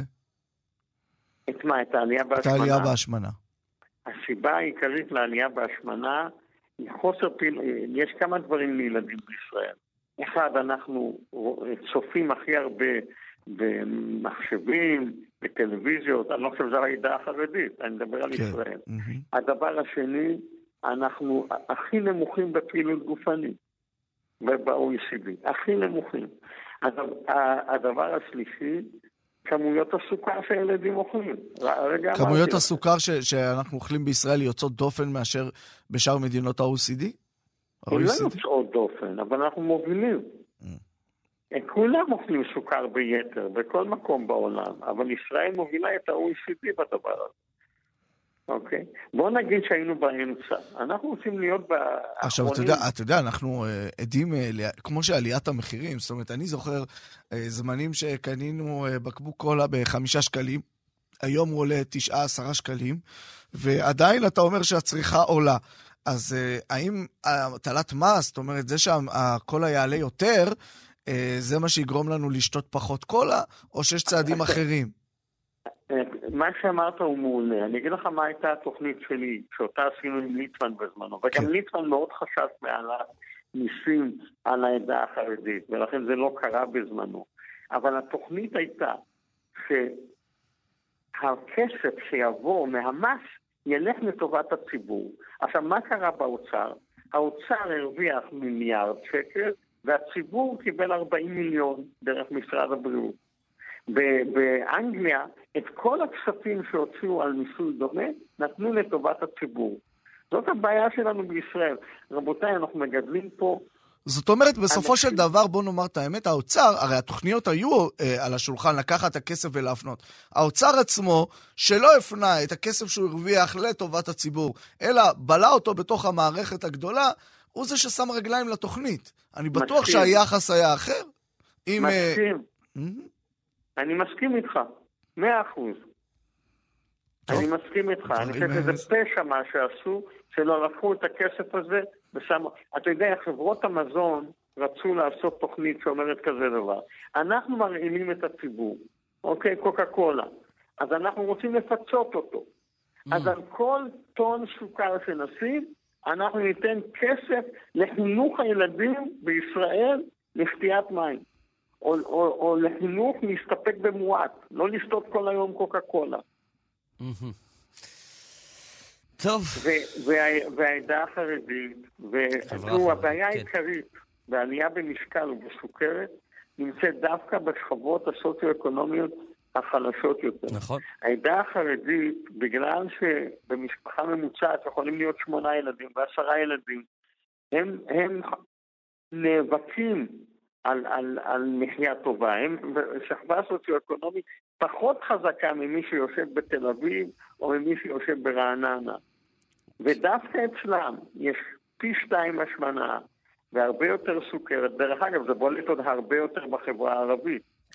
את מה? את העלייה בהשמנה? את העלייה בהשמנה. הסיבה העיקרית לעלייה בהשמנה היא חוסר פעיל... יש כמה דברים לילדים בישראל. אחד, אנחנו צופים הכי הרבה במחשבים, בטלוויזיות, אני לא חושב שזה העדה החרדית, אני מדבר על ישראל. הדבר השני, אנחנו הכי נמוכים בפעילות גופנית, ב-או אי סי די, הכי נמוכים. הדבר השלישי, כמויות הסוכר שהילדים אוכלים. כמויות הסוכר שאנחנו אוכלים בישראל יוצאות דופן מאשר בשאר מדינות ה-או אי סי די? הן לא יוצאות דופן, אבל אנחנו מובילים. כולם אוכלים סוכר ביתר, בכל מקום בעולם, אבל ישראל מובילה את ה-או אי סי די בדבר הזה. אוקיי? בואו נגיד שהיינו באמצע. אנחנו רוצים להיות באחרונים. עכשיו, אתה יודע, אתה יודע, אנחנו עדים, כמו שעליית המחירים, זאת אומרת, אני זוכר זמנים שקנינו בקבוק קולה בחמישה שקלים, היום הוא עולה תשעה, עשרה שקלים, ועדיין אתה אומר שהצריכה עולה. אז האם הטלת מס, זאת אומרת, זה שהקולה יעלה יותר, זה מה שיגרום לנו לשתות פחות קולה, או שיש צעדים אחרים? מה שאמרת הוא מעולה. אני אגיד לך מה הייתה התוכנית שלי, שאותה עשינו עם ליטמן בזמנו, וגם ליטמן מאוד חשב מעלת מיסים על העדה החרדית, ולכן זה לא קרה בזמנו. אבל התוכנית הייתה שהכסף שיבוא מהמס ילך לטובת הציבור. עכשיו, מה קרה באוצר? האוצר הרוויח מיליארד שקל, והציבור קיבל ארבעים מיליון דרך משרד הבריאות. באנגליה, את כל הכספים שהוציאו על מיסוי דומה, נתנו לטובת הציבור. זאת הבעיה שלנו בישראל. רבותיי, אנחנו מגדלים פה... זאת אומרת, בסופו אנשים... של דבר, בוא נאמר את האמת, האוצר, הרי התוכניות היו אה, על השולחן, לקחת את הכסף ולהפנות. האוצר עצמו, שלא הפנה את הכסף שהוא הרוויח לטובת הציבור, אלא בלה אותו בתוך המערכת הגדולה, הוא זה ששם רגליים לתוכנית. אני בטוח מסכים. שהיחס היה אחר. אם, מסכים. Uh... אני מסכים איתך. מאה אחוז. אני מסכים איתך. אני חושב שזה פשע מה שעשו, שלא לקחו את הכסף הזה ושמו... אתה יודע, חברות המזון רצו לעשות תוכנית שאומרת כזה דבר. אנחנו מרעימים את הציבור. אוקיי, קוקה קולה. אז אנחנו רוצים לפצות אותו. אז על כל טון סוכר שנשים, אנחנו ניתן כסף לחינוך הילדים בישראל לשתיית מים. או, או, או לחינוך להסתפק במועט, לא לשתות כל היום קוקה קולה. טוב. והעדה החרדית, וזו הבעיה העיקרית, בעלייה במשקל ובסוכרת, נמצאת דווקא בשכבות הסוציו-אקונומיות החלשות יותר. נכון. העדה החרדית, בגלל שבמשפחה ממוצעת יכולים להיות שמונה ילדים ועשרה ילדים, הם, הם נאבקים על, על, על מחיה טובה. הם שכבה סוציו-אקונומית פחות חזקה ממי שיושב בתל אביב או ממי שיושב ברעננה. ודווקא אצלם יש פי שתיים השמנה והרבה יותר סוכרת. דרך אגב, זה בולט עוד הרבה יותר בחברה הערבית.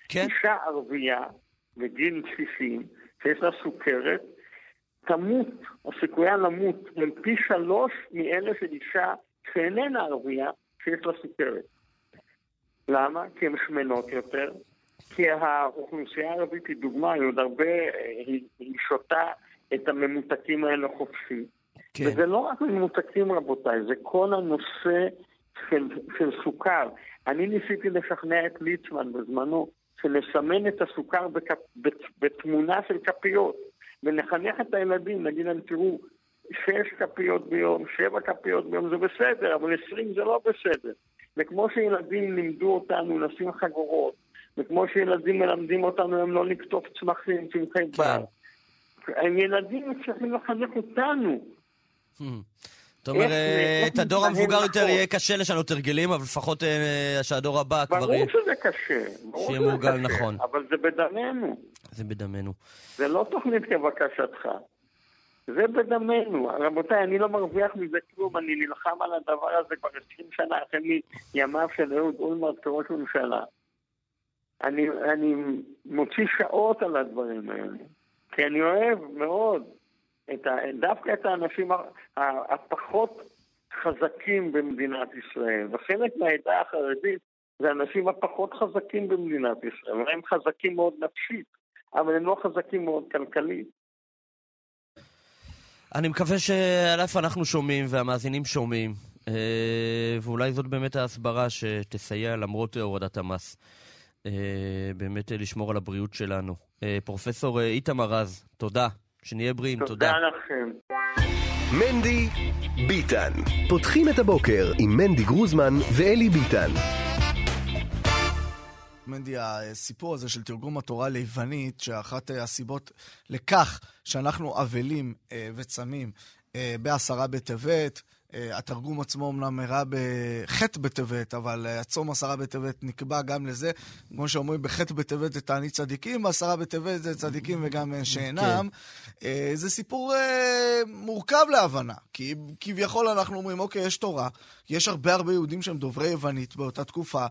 כן. אישה ערבייה בגיל שישים, שיש לה סוכרת, תמות, או סיכויה למות, הם פי שלוש מאלה של אישה שאיננה ערבייה, שיש לה סוכרת. למה? כי הן שמנות יותר, כי האוכלוסייה הערבית היא דוגמה, היא עוד הרבה, היא, היא שותה את הממותקים האלה חופשי. כן. וזה לא רק ממותקים רבותיי, זה כל הנושא של, של סוכר. אני ניסיתי לשכנע את ליצמן בזמנו, שנסמן את הסוכר בכ... בתמונה של כפיות, ונחנך את הילדים, נגיד להם, תראו, שש כפיות ביום, שבע כפיות ביום, זה בסדר, אבל עשרים זה לא בסדר. וכמו שילדים לימדו אותנו לשים חגורות, וכמו שילדים מלמדים אותנו הם לא לקטוף צמחים, צמחי בר. הילדים צריכים לחנך אותנו. זאת אומרת, את הדור המבוגר יותר יהיה קשה לשנות הרגלים, אבל לפחות שהדור הבא כבר יהיה... ברור שזה קשה. שיהיה מורגל נכון. אבל זה בדמנו. זה בדמנו. זה לא תוכנית כבקשתך. זה בדמנו. רבותיי, אני לא מרוויח מזה כלום, אני נלחם על הדבר הזה כבר עשרים שנה, אחרי מימיו של אהוד אולמרט כראש ממשלה. אני, אני מוציא שעות על הדברים האלה, כי אני אוהב מאוד את ה, דווקא את האנשים הפחות חזקים במדינת ישראל, וחלק מהעדה החרדית זה האנשים הפחות חזקים במדינת ישראל, והם חזקים מאוד נפשית, אבל הם לא חזקים מאוד כלכלית. אני מקווה שעל איפה אנחנו שומעים והמאזינים שומעים, ואולי זאת באמת ההסברה שתסייע למרות הורדת המס, באמת לשמור על הבריאות שלנו. פרופסור איתמר רז, תודה. שנהיה בריאים, תודה. תודה לכם. מנדי ביטן. פותחים את הבוקר עם מנדי גרוזמן ואלי ביטן. מנדי, הסיפור הזה של תרגום התורה ליוונית, שאחת הסיבות לכך שאנחנו אבלים וצמים בעשרה בטבת, התרגום עצמו אמנם הראה בחטא בטבת, אבל הצום עשרה בטבת נקבע גם לזה. כמו שאומרים, בחטא בטבת זה תענית צדיקים, בעשרה בטבת זה צדיקים וגם שאינם. זה סיפור מורכב להבנה, כי כביכול אנחנו אומרים, אוקיי, יש תורה, יש הרבה הרבה יהודים שהם דוברי יוונית באותה תקופה,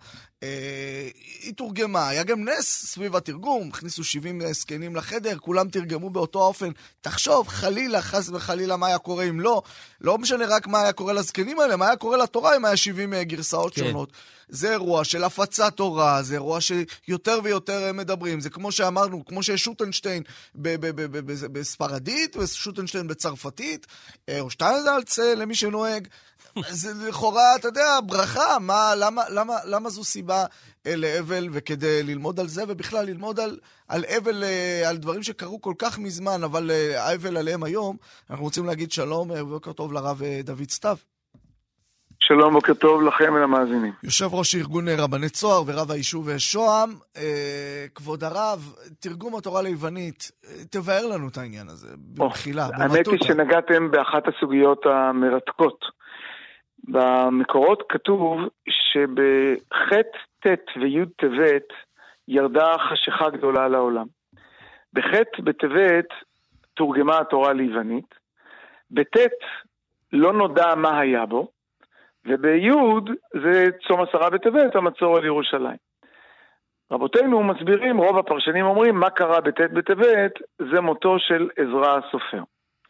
היא תורגמה, היה גם נס סביב התרגום, הכניסו שבעים זקנים לחדר, כולם תרגמו באותו אופן. תחשוב, חלילה, חס וחלילה, מה היה קורה אם לא, לא משנה רק מה היה קורה לזקנים האלה, מה היה קורה לתורה אם היה שבעים גרסאות כן. שונות. זה אירוע של הפצת תורה, זה אירוע שיותר ויותר מדברים, זה כמו שאמרנו, כמו שיש שוטנשטיין בספרדית, ושוטנשטיין בצרפתית, או שטיינזלץ למי שנוהג, זה לכאורה, אתה יודע, ברכה, מה, למה, למה, למה זו סיבה לאבל, וכדי ללמוד על זה, ובכלל ללמוד על, על אבל, על דברים שקרו כל כך מזמן, אבל האבל עליהם היום, אנחנו רוצים להגיד שלום, ובוקר טוב לרב דוד סתיו. שלום, בוקר טוב לכם ולמאזינים. יושב ראש ארגון רבני צוהר ורב היישוב שוהם, כבוד הרב, תרגום התורה ליוונית, תבאר לנו את העניין הזה, במחילה, במטוטה. האמת היא שנגעתם באחת הסוגיות המרתקות. במקורות כתוב שבח' ט' וי' טבת ירדה חשיכה גדולה לעולם. בח' בטבת תורגמה התורה ליוונית, בט' לא נודע מה היה בו, ובי' זה צום עשרה בטבת, המצור על ירושלים. רבותינו מסבירים, רוב הפרשנים אומרים, מה קרה בט' בטבת, זה מותו של עזרא הסופר.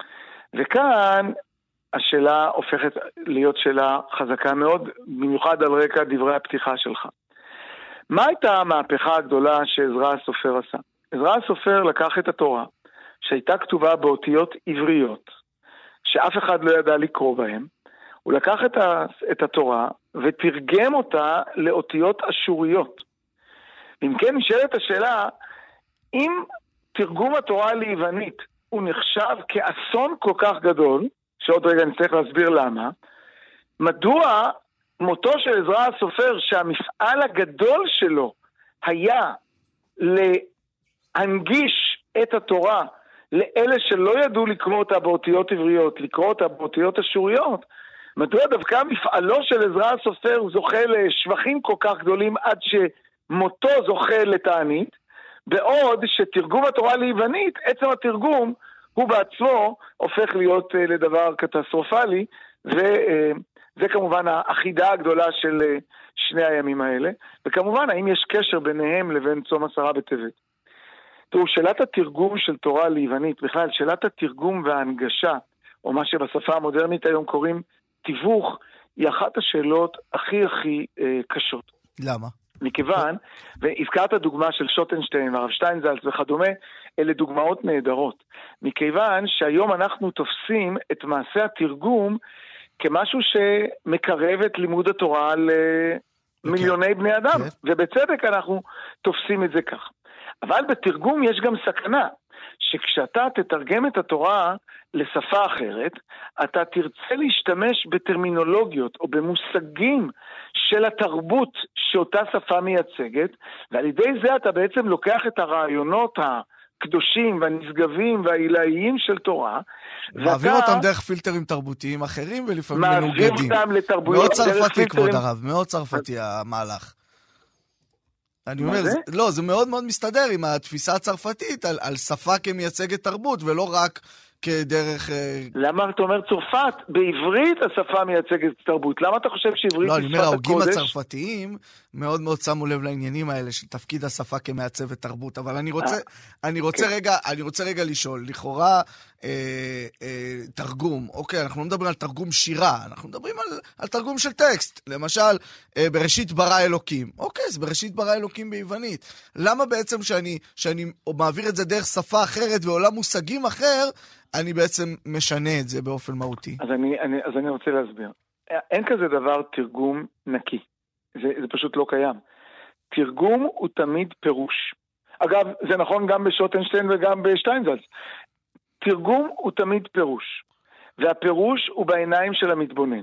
וכאן השאלה הופכת להיות שאלה חזקה מאוד, במיוחד על רקע דברי הפתיחה שלך. מה הייתה המהפכה הגדולה שעזרא הסופר עשה? עזרא הסופר לקח את התורה, שהייתה כתובה באותיות עבריות, שאף אחד לא ידע לקרוא בהם, הוא לקח את, ה, את התורה ותרגם אותה לאותיות אשוריות. אם כן נשאלת השאלה, אם תרגום התורה ליוונית הוא נחשב כאסון כל כך גדול, שעוד רגע נצטרך להסביר למה, מדוע מותו של עזרא הסופר, שהמפעל הגדול שלו היה להנגיש את התורה לאלה שלא ידעו לקרוא אותה באותיות עבריות, לקרוא אותה באותיות אשוריות, מדוע דווקא מפעלו של עזרא הסופר זוכה לשבחים כל כך גדולים עד שמותו זוכה לתענית, בעוד שתרגום התורה ליוונית, עצם התרגום, הוא בעצמו הופך להיות לדבר קטסטרופלי, זה כמובן החידה הגדולה של שני הימים האלה, וכמובן האם יש קשר ביניהם לבין צום עשרה בטבת. תראו, שאלת התרגום של תורה ליוונית, בכלל שאלת התרגום וההנגשה, או מה שבשפה המודרנית היום קוראים תיווך, היא אחת השאלות הכי הכי אה, קשות. למה? מכיוון, והזכרת דוגמה של שוטנשטיין, הרב שטיינזלץ וכדומה, אלה דוגמאות נהדרות. מכיוון שהיום אנחנו תופסים את מעשה התרגום כמשהו שמקרב את לימוד התורה למיליוני בני אדם, ובצדק אנחנו תופסים את זה כך. אבל בתרגום יש גם סכנה, שכשאתה תתרגם את התורה לשפה אחרת, אתה תרצה להשתמש בטרמינולוגיות או במושגים של התרבות שאותה שפה מייצגת, ועל ידי זה אתה בעצם לוקח את הרעיונות הקדושים והנשגבים והעילאיים של תורה, מעביר ואתה... אותם דרך פילטרים תרבותיים אחרים ולפעמים מנוגדים. מעביר אותם לתרבויות. מאוד צרפתי, כבוד הרב, מאוד צרפתי המהלך. אני אומר, זה? לא, זה מאוד מאוד מסתדר עם התפיסה הצרפתית על, על שפה כמייצגת תרבות, ולא רק כדרך... למה אתה אומר צרפת? בעברית השפה מייצגת תרבות. למה אתה חושב שעברית לא, היא שפת הקודש? לא, אני אומר, ההוגים הצרפתיים מאוד מאוד שמו לב לעניינים האלה של תפקיד השפה כמעצבת תרבות, אבל אני רוצה, אני רוצה רגע, אני רוצה רגע לשאול, לכאורה אה, אה, תרגום, אוקיי, אנחנו לא מדברים על תרגום שירה, אנחנו מדברים על, על תרגום של טקסט, למשל, אה, בראשית ברא אלוקים, אוקיי, זה בראשית ברא אלוקים ביוונית. למה בעצם שאני, שאני מעביר את זה דרך שפה אחרת ועולם מושגים אחר, אני בעצם משנה את זה באופן מהותי? אז אני, אני, אז אני רוצה להסביר. אין כזה דבר תרגום נקי. זה, זה פשוט לא קיים. תרגום הוא תמיד פירוש. אגב, זה נכון גם בשוטנשטיין וגם בשטיינזלץ. תרגום הוא תמיד פירוש. והפירוש הוא בעיניים של המתבונן.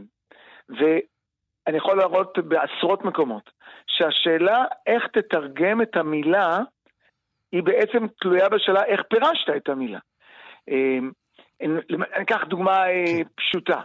ואני יכול להראות בעשרות מקומות, שהשאלה איך תתרגם את המילה, היא בעצם תלויה בשאלה איך פירשת את המילה. אני אקח דוגמה פשוטה.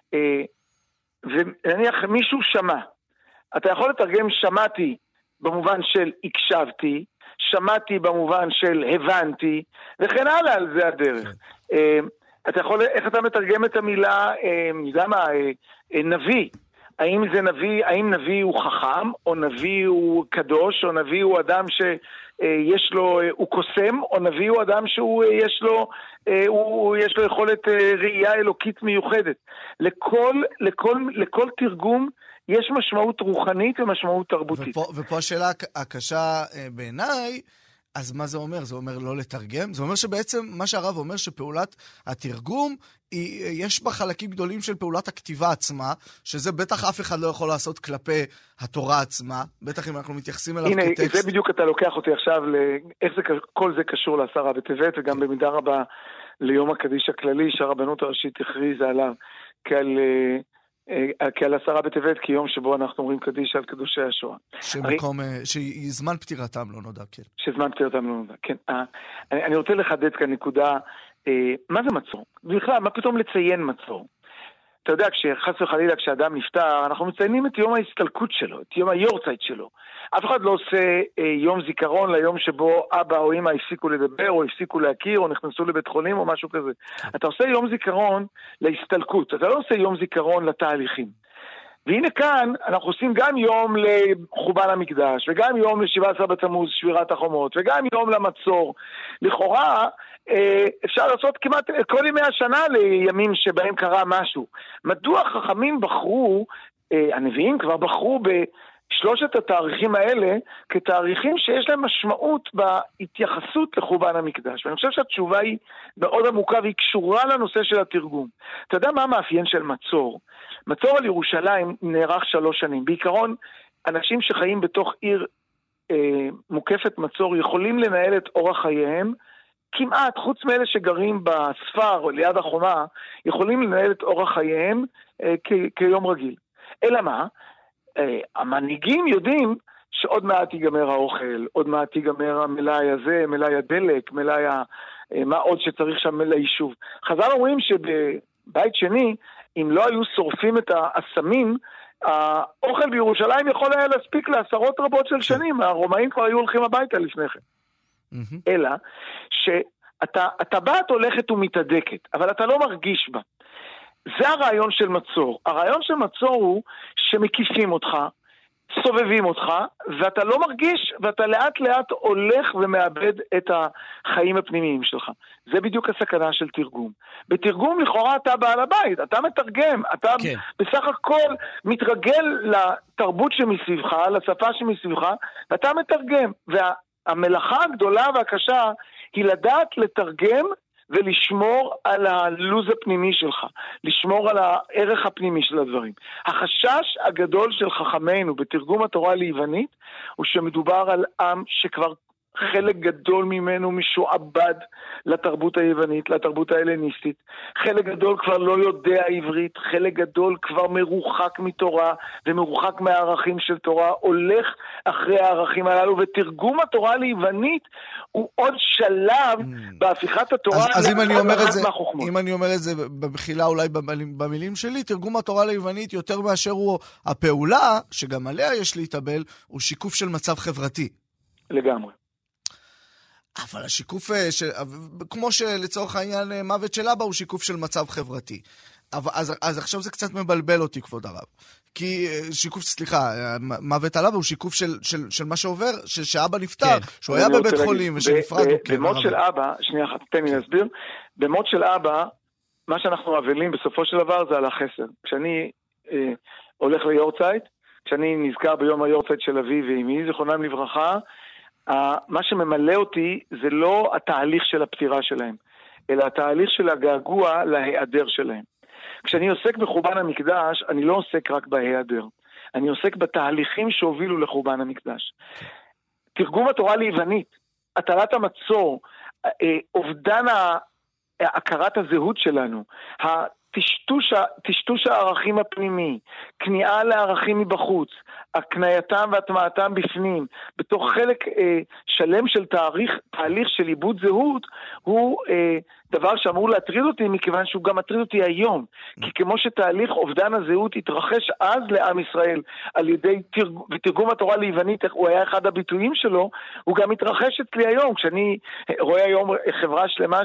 ונניח מישהו שמע. אתה יכול לתרגם שמעתי במובן של הקשבתי, שמעתי במובן של הבנתי, וכן הלאה על זה הדרך. אתה יכול, איך אתה מתרגם את המילה, אני יודע מה, נביא. האם זה נביא, האם נביא הוא חכם, או נביא הוא קדוש, או נביא הוא אדם שיש לו, הוא קוסם, או נביא הוא אדם שהוא יש לו, הוא, יש לו יכולת ראייה אלוקית מיוחדת. לכל, לכל, לכל תרגום יש משמעות רוחנית ומשמעות תרבותית. ופה, ופה השאלה הקשה בעיניי, אז מה זה אומר? זה אומר לא לתרגם? זה אומר שבעצם מה שהרב אומר שפעולת התרגום, היא, יש בה חלקים גדולים של פעולת הכתיבה עצמה, שזה בטח אף אחד לא יכול לעשות כלפי התורה עצמה, בטח אם אנחנו מתייחסים אליו הנה, כטקסט. הנה, זה בדיוק אתה לוקח אותי עכשיו, איך זה, כל זה קשור לעשרה בטבת, וגם במידה רבה ליום הקדיש הכללי, שהרבנות הראשית הכריזה עליו, כעל... כעל עשרה בטבת, כיום שבו אנחנו אומרים קדיש על קדושי השואה. שמקום, שזמן פטירתם לא נודע, כן. שזמן פטירתם לא נודע, כן. אני רוצה לחדד כאן נקודה, מה זה מצור? בכלל, מה פתאום לציין מצור? אתה יודע, כשחס וחלילה, כשאדם נפטר, אנחנו מציינים את יום ההסתלקות שלו, את יום היורצייט שלו. אף אחד לא עושה יום זיכרון ליום שבו אבא או אמא הפסיקו לדבר, או הפסיקו להכיר, או נכנסו לבית חולים, או משהו כזה. אתה עושה יום זיכרון להסתלקות, אתה לא עושה יום זיכרון לתהליכים. והנה כאן, אנחנו עושים גם יום לחורבן המקדש, וגם יום ל-שבעה עשר בתמוז, שבירת החומות, וגם יום למצור. לכאורה, אפשר לעשות כמעט כל ימי השנה לימים שבהם קרה משהו. מדוע חכמים בחרו, הנביאים כבר בחרו בשלושת התאריכים האלה, כתאריכים שיש להם משמעות בהתייחסות לחורבן המקדש. ואני חושב שהתשובה היא מאוד עמוקה, והיא קשורה לנושא של התרגום. אתה יודע מה המאפיין של מצור? מצור על ירושלים נערך שלוש שנים. בעיקרון, אנשים שחיים בתוך עיר אה, מוקפת מצור יכולים לנהל את אורח חייהם, כמעט, חוץ מאלה שגרים בספר או ליד החומה, יכולים לנהל את אורח חייהם אה, כ- כיום רגיל. אלא מה? אה, המנהיגים יודעים שעוד מעט ייגמר האוכל, עוד מעט ייגמר המלאי הזה, מלאי הדלק, מלאי ה... אה, מה עוד שצריך שם ליישוב. חז"ל אומרים שבבית שני, אם לא היו שורפים את האסמים, האוכל בירושלים יכול היה להספיק לעשרות רבות של שנים, הרומאים כבר היו הולכים הביתה לפני כן. אלא שהטבעת הולכת ומתהדקת, אבל אתה לא מרגיש בה. זה הרעיון של מצור. הרעיון של מצור הוא שמקיפים אותך, סובבים אותך, ואתה לא מרגיש, ואתה לאט לאט הולך ומאבד את החיים הפנימיים שלך. זה בדיוק הסכנה של תרגום. בתרגום לכאורה אתה בעל הבית, אתה מתרגם, אתה כן. בסך הכל מתרגל לתרבות שמסביבך, לשפה שמסביבך, ואתה מתרגם. והמלאכה הגדולה והקשה היא לדעת לתרגם ולשמור על הלוז הפנימי שלך, לשמור על הערך הפנימי של הדברים. החשש הגדול של חכמינו בתרגום התורה ליוונית, הוא שמדובר על עם שכבר חלק גדול ממנו משועבד לתרבות היוונית, לתרבות ההלניסטית. חלק גדול כבר לא יודע עברית, חלק גדול כבר מרוחק מתורה ומרוחק מהערכים של תורה, הולך אחרי הערכים הללו, ותרגום התורה ליוונית הוא עוד שלב בהפיכת התורה. אז, אז אם, אני אומר את זה, אם אני אומר את זה במחילה אולי במילים, במילים שלי, תרגום התורה ליוונית יותר מאשר הוא הפעולה, שגם עליה יש להתאבל, הוא שיקוף של מצב חברתי. לגמרי. אבל השיקוף, של, כמו שלצורך העניין מוות של אבא הוא שיקוף של מצב חברתי. אבל, אז, אז עכשיו זה קצת מבלבל אותי, כבוד הרב. כי שיקוף, סליחה, מוות על אבא הוא שיקוף של, של, של מה שעובר, של שאבא נפטר, כן. שהוא היה בבית חולים ושנפרד. במות של אבא, שנייה אחת, תן לי להסביר, במות של אבא, מה שאנחנו אבלים בסופו של דבר זה על החסר. כשאני אה, הולך ליורצייט, כשאני נזכר ביום היורצייט של אבי ואמי, זכרונם לברכה, מה שממלא אותי זה לא התהליך של הפטירה שלהם, אלא התהליך של הגעגוע להיעדר שלהם. כשאני עוסק בחורבן המקדש, אני לא עוסק רק בהיעדר. אני עוסק בתהליכים שהובילו לחורבן המקדש. תרגום התורה ליוונית, הטלת המצור, אובדן הכרת הזהות שלנו, טשטוש, טשטוש הערכים הפנימי, כניעה לערכים מבחוץ, הקנייתם והטמעתם בפנים, בתוך חלק אה, שלם של תאריך, תהליך של עיבוד זהות, הוא אה, דבר שאמור להטריד אותי, מכיוון שהוא גם מטריד אותי היום. כי כמו שתהליך אובדן הזהות התרחש אז לעם ישראל, על ידי תרג... ותרגום התורה ליוונית, הוא היה אחד הביטויים שלו, הוא גם מתרחש אצלי היום. כשאני רואה היום חברה שלמה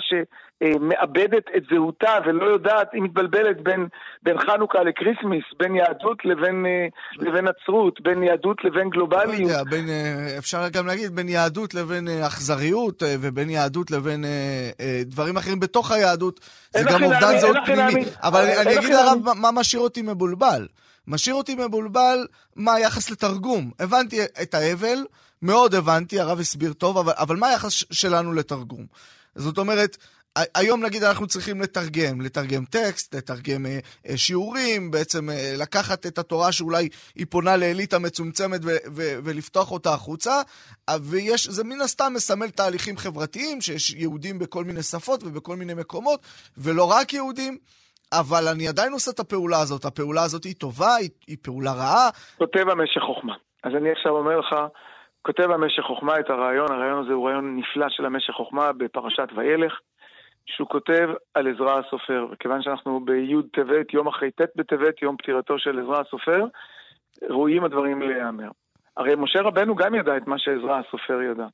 שמאבדת את זהותה, ולא יודעת, היא מתבלבלת בין, בין חנוכה לקריסמס, בין יהדות לבין, לבין עצרות, בין יהדות לבין גלובליות. לא יודע, בין, אפשר גם להגיד, בין יהדות לבין אכזריות, ובין יהדות לבין דברים אחרים בתוך היהדות, זה גם אובדן זהות פנימי. אבל אני אגיד הרב, מה משאיר אותי מבולבל? משאיר אותי מבולבל מה היחס לתרגום. הבנתי את האבל, מאוד הבנתי, הרב הסביר טוב, אבל, אבל מה היחס שלנו לתרגום? זאת אומרת, היום נגיד אנחנו צריכים לתרגם, לתרגם טקסט, לתרגם אה, אה, שיעורים, בעצם אה, לקחת את התורה שאולי היא פונה לאליטה מצומצמת ו- ו- ולפתוח אותה החוצה, ויש, זה מן הסתם מסמל תהליכים חברתיים, שיש יהודים בכל מיני שפות ובכל מיני מקומות, ולא רק יהודים, אבל אני עדיין עושה את הפעולה הזאת, הפעולה הזאת היא טובה, היא, היא פעולה רעה. כותב המשך חוכמה. אז אני עכשיו אומר לך, כותב המשך חוכמה את הרעיון, הרעיון הזה הוא רעיון נפלא של המשך חוכמה בפרשת וילך, שהוא כותב על עזרא הסופר, וכיוון שאנחנו ביוד טבת, יום אחרי ט' בטבת, יום פטירתו של עזרא הסופר, רואים הדברים להיאמר. הרי משה רבנו גם ידע את מה שעזרא הסופר ידע,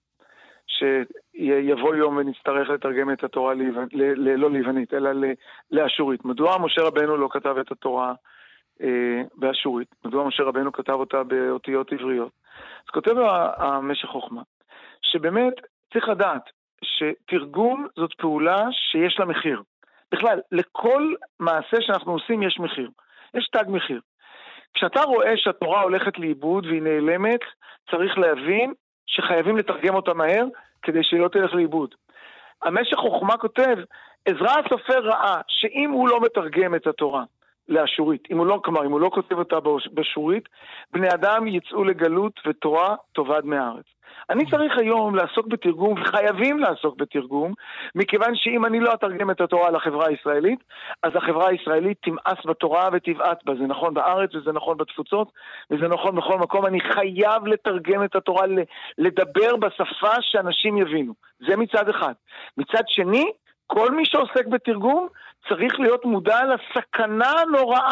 שיבוא יום ונצטרך לתרגם את התורה ליוונ... ל... ל... לא ליוונית, אלא ל... לאשורית. מדוע משה רבנו לא כתב את התורה אה, באשורית? מדוע משה רבנו כתב אותה באותיות עבריות? אז כותב המשך חוכמה, שבאמת צריך לדעת, שתרגום זאת פעולה שיש לה מחיר. בכלל, לכל מעשה שאנחנו עושים יש מחיר. יש תג מחיר. כשאתה רואה שהתורה הולכת לאיבוד והיא נעלמת, צריך להבין שחייבים לתרגם אותה מהר כדי שהיא לא תלך לאיבוד. המשך חוכמה כותב, עזרא הסופר ראה שאם הוא לא מתרגם את התורה לאשורית, אם הוא לא, כלומר, אם הוא לא כותב אותה באשורית, בני אדם יצאו לגלות ותורה תאבד מהארץ. אני צריך היום לעסוק בתרגום, וחייבים לעסוק בתרגום, מכיוון שאם אני לא אתרגם את התורה לחברה הישראלית, אז החברה הישראלית תמאס בתורה ותבעט בה. זה נכון בארץ וזה נכון בתפוצות, וזה נכון בכל מקום. אני חייב לתרגם את התורה, לדבר בשפה שאנשים יבינו. זה מצד אחד. מצד שני, כל מי שעוסק בתרגום צריך להיות מודע לסכנה הנוראה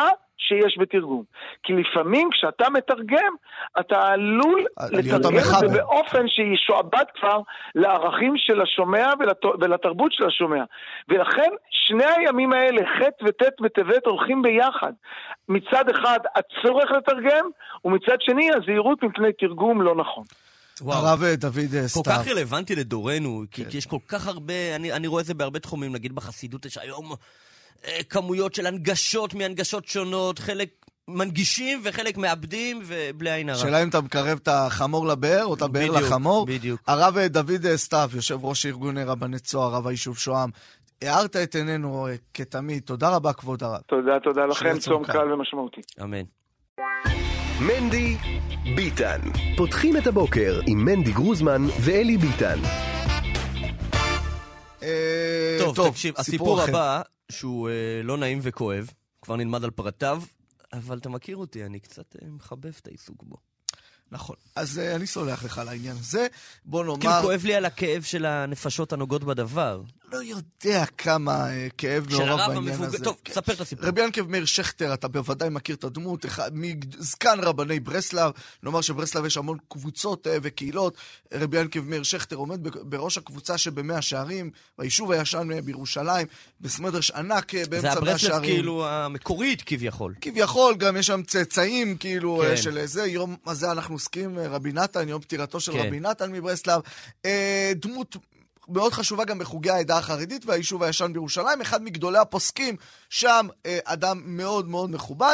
שיש בתרגום. כי לפעמים כשאתה מתרגם, אתה עלול לתרגם את זה באופן שישועבד כבר לערכים של השומע ולתרבות של השומע. ולכן שני הימים האלה, ח' וט' וטבת, הולכים ביחד. מצד אחד הצורך לתרגם, ומצד שני הזהירות מפני תרגום לא נכון. הרב דוד סתיו. כל כך רלוונטי לדורנו, כי יש כל כך הרבה, אני רואה את זה בהרבה תחומים, נגיד בחסידות יש היום כמויות של הנגשות מהנגשות שונות, חלק מנגישים וחלק מאבדים ובלי עין הרע. שאלה אם אתה מקרב את החמור לבאר או את הבאר לחמור. בדיוק. הרב דוד סתיו, יושב ראש ארגון רבני צוהר, רב היישוב שוהם, הערת את עינינו כתמיד. תודה רבה כבוד הרב. תודה, תודה לכם, צום קל ומשמעותי. אמן. מנדי ביטן. פותחים את הבוקר עם מנדי גרוזמן ואלי ביטן. טוב, תקשיב, הסיפור הבא, שהוא לא נעים וכואב, כבר נלמד על פרטיו, אבל אתה מכיר אותי, אני קצת מחבב את העיסוק בו. נכון. אז אני סולח לך על העניין הזה. בוא נאמר... כאילו כואב לי על הכאב של הנפשות הנוגעות בדבר. לא יודע כמה כאב מעורב בעניין הזה. טוב, ספר את הסיפור. רבי ינקב מאיר שכטר, אתה בוודאי מכיר את הדמות, מזקן רבני ברסלב, נאמר שברסלב יש המון קבוצות וקהילות, רבי ינקב מאיר שכטר עומד בראש הקבוצה שבמאה שערים, ביישוב הישן בירושלים, בסמדרש ענק באמצע מאה שערים. זה הברסלב כאילו המקורית כביכול. כביכול, גם יש שם צאצאים כאילו של זה, יום הזה אנחנו עוסקים רבי נתן, יום פטירתו של רבי נתן מברסלב, דמות מאוד חשובה גם בחוגי העדה החרדית והיישוב הישן בירושלים, אחד מגדולי הפוסקים, שם אדם מאוד מאוד מכובד,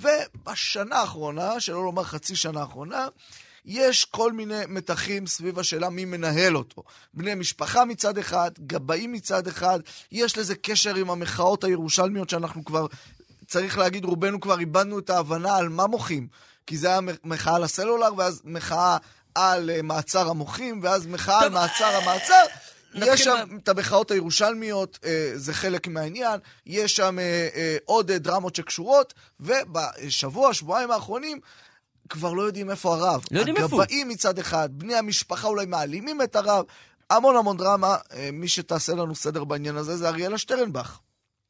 ובשנה האחרונה, שלא לומר חצי שנה האחרונה, יש כל מיני מתחים סביב השאלה מי מנהל אותו. בני משפחה מצד אחד, גבאים מצד אחד, יש לזה קשר עם המחאות הירושלמיות שאנחנו כבר, צריך להגיד, רובנו כבר איבדנו את ההבנה על מה מוחים, כי זה היה מחאה על הסלולר, ואז מחאה על מעצר המוחים, ואז מחאה על מעצר המעצר. יש שם את המחאות הירושלמיות, זה חלק מהעניין, יש שם עוד דרמות שקשורות, ובשבוע, שבועיים האחרונים, כבר לא יודעים איפה הרב. לא יודעים איפה. הגבאים מצד אחד, בני המשפחה אולי מעלימים את הרב, המון המון דרמה, מי שתעשה לנו סדר בעניין הזה זה אריאלה שטרנבך.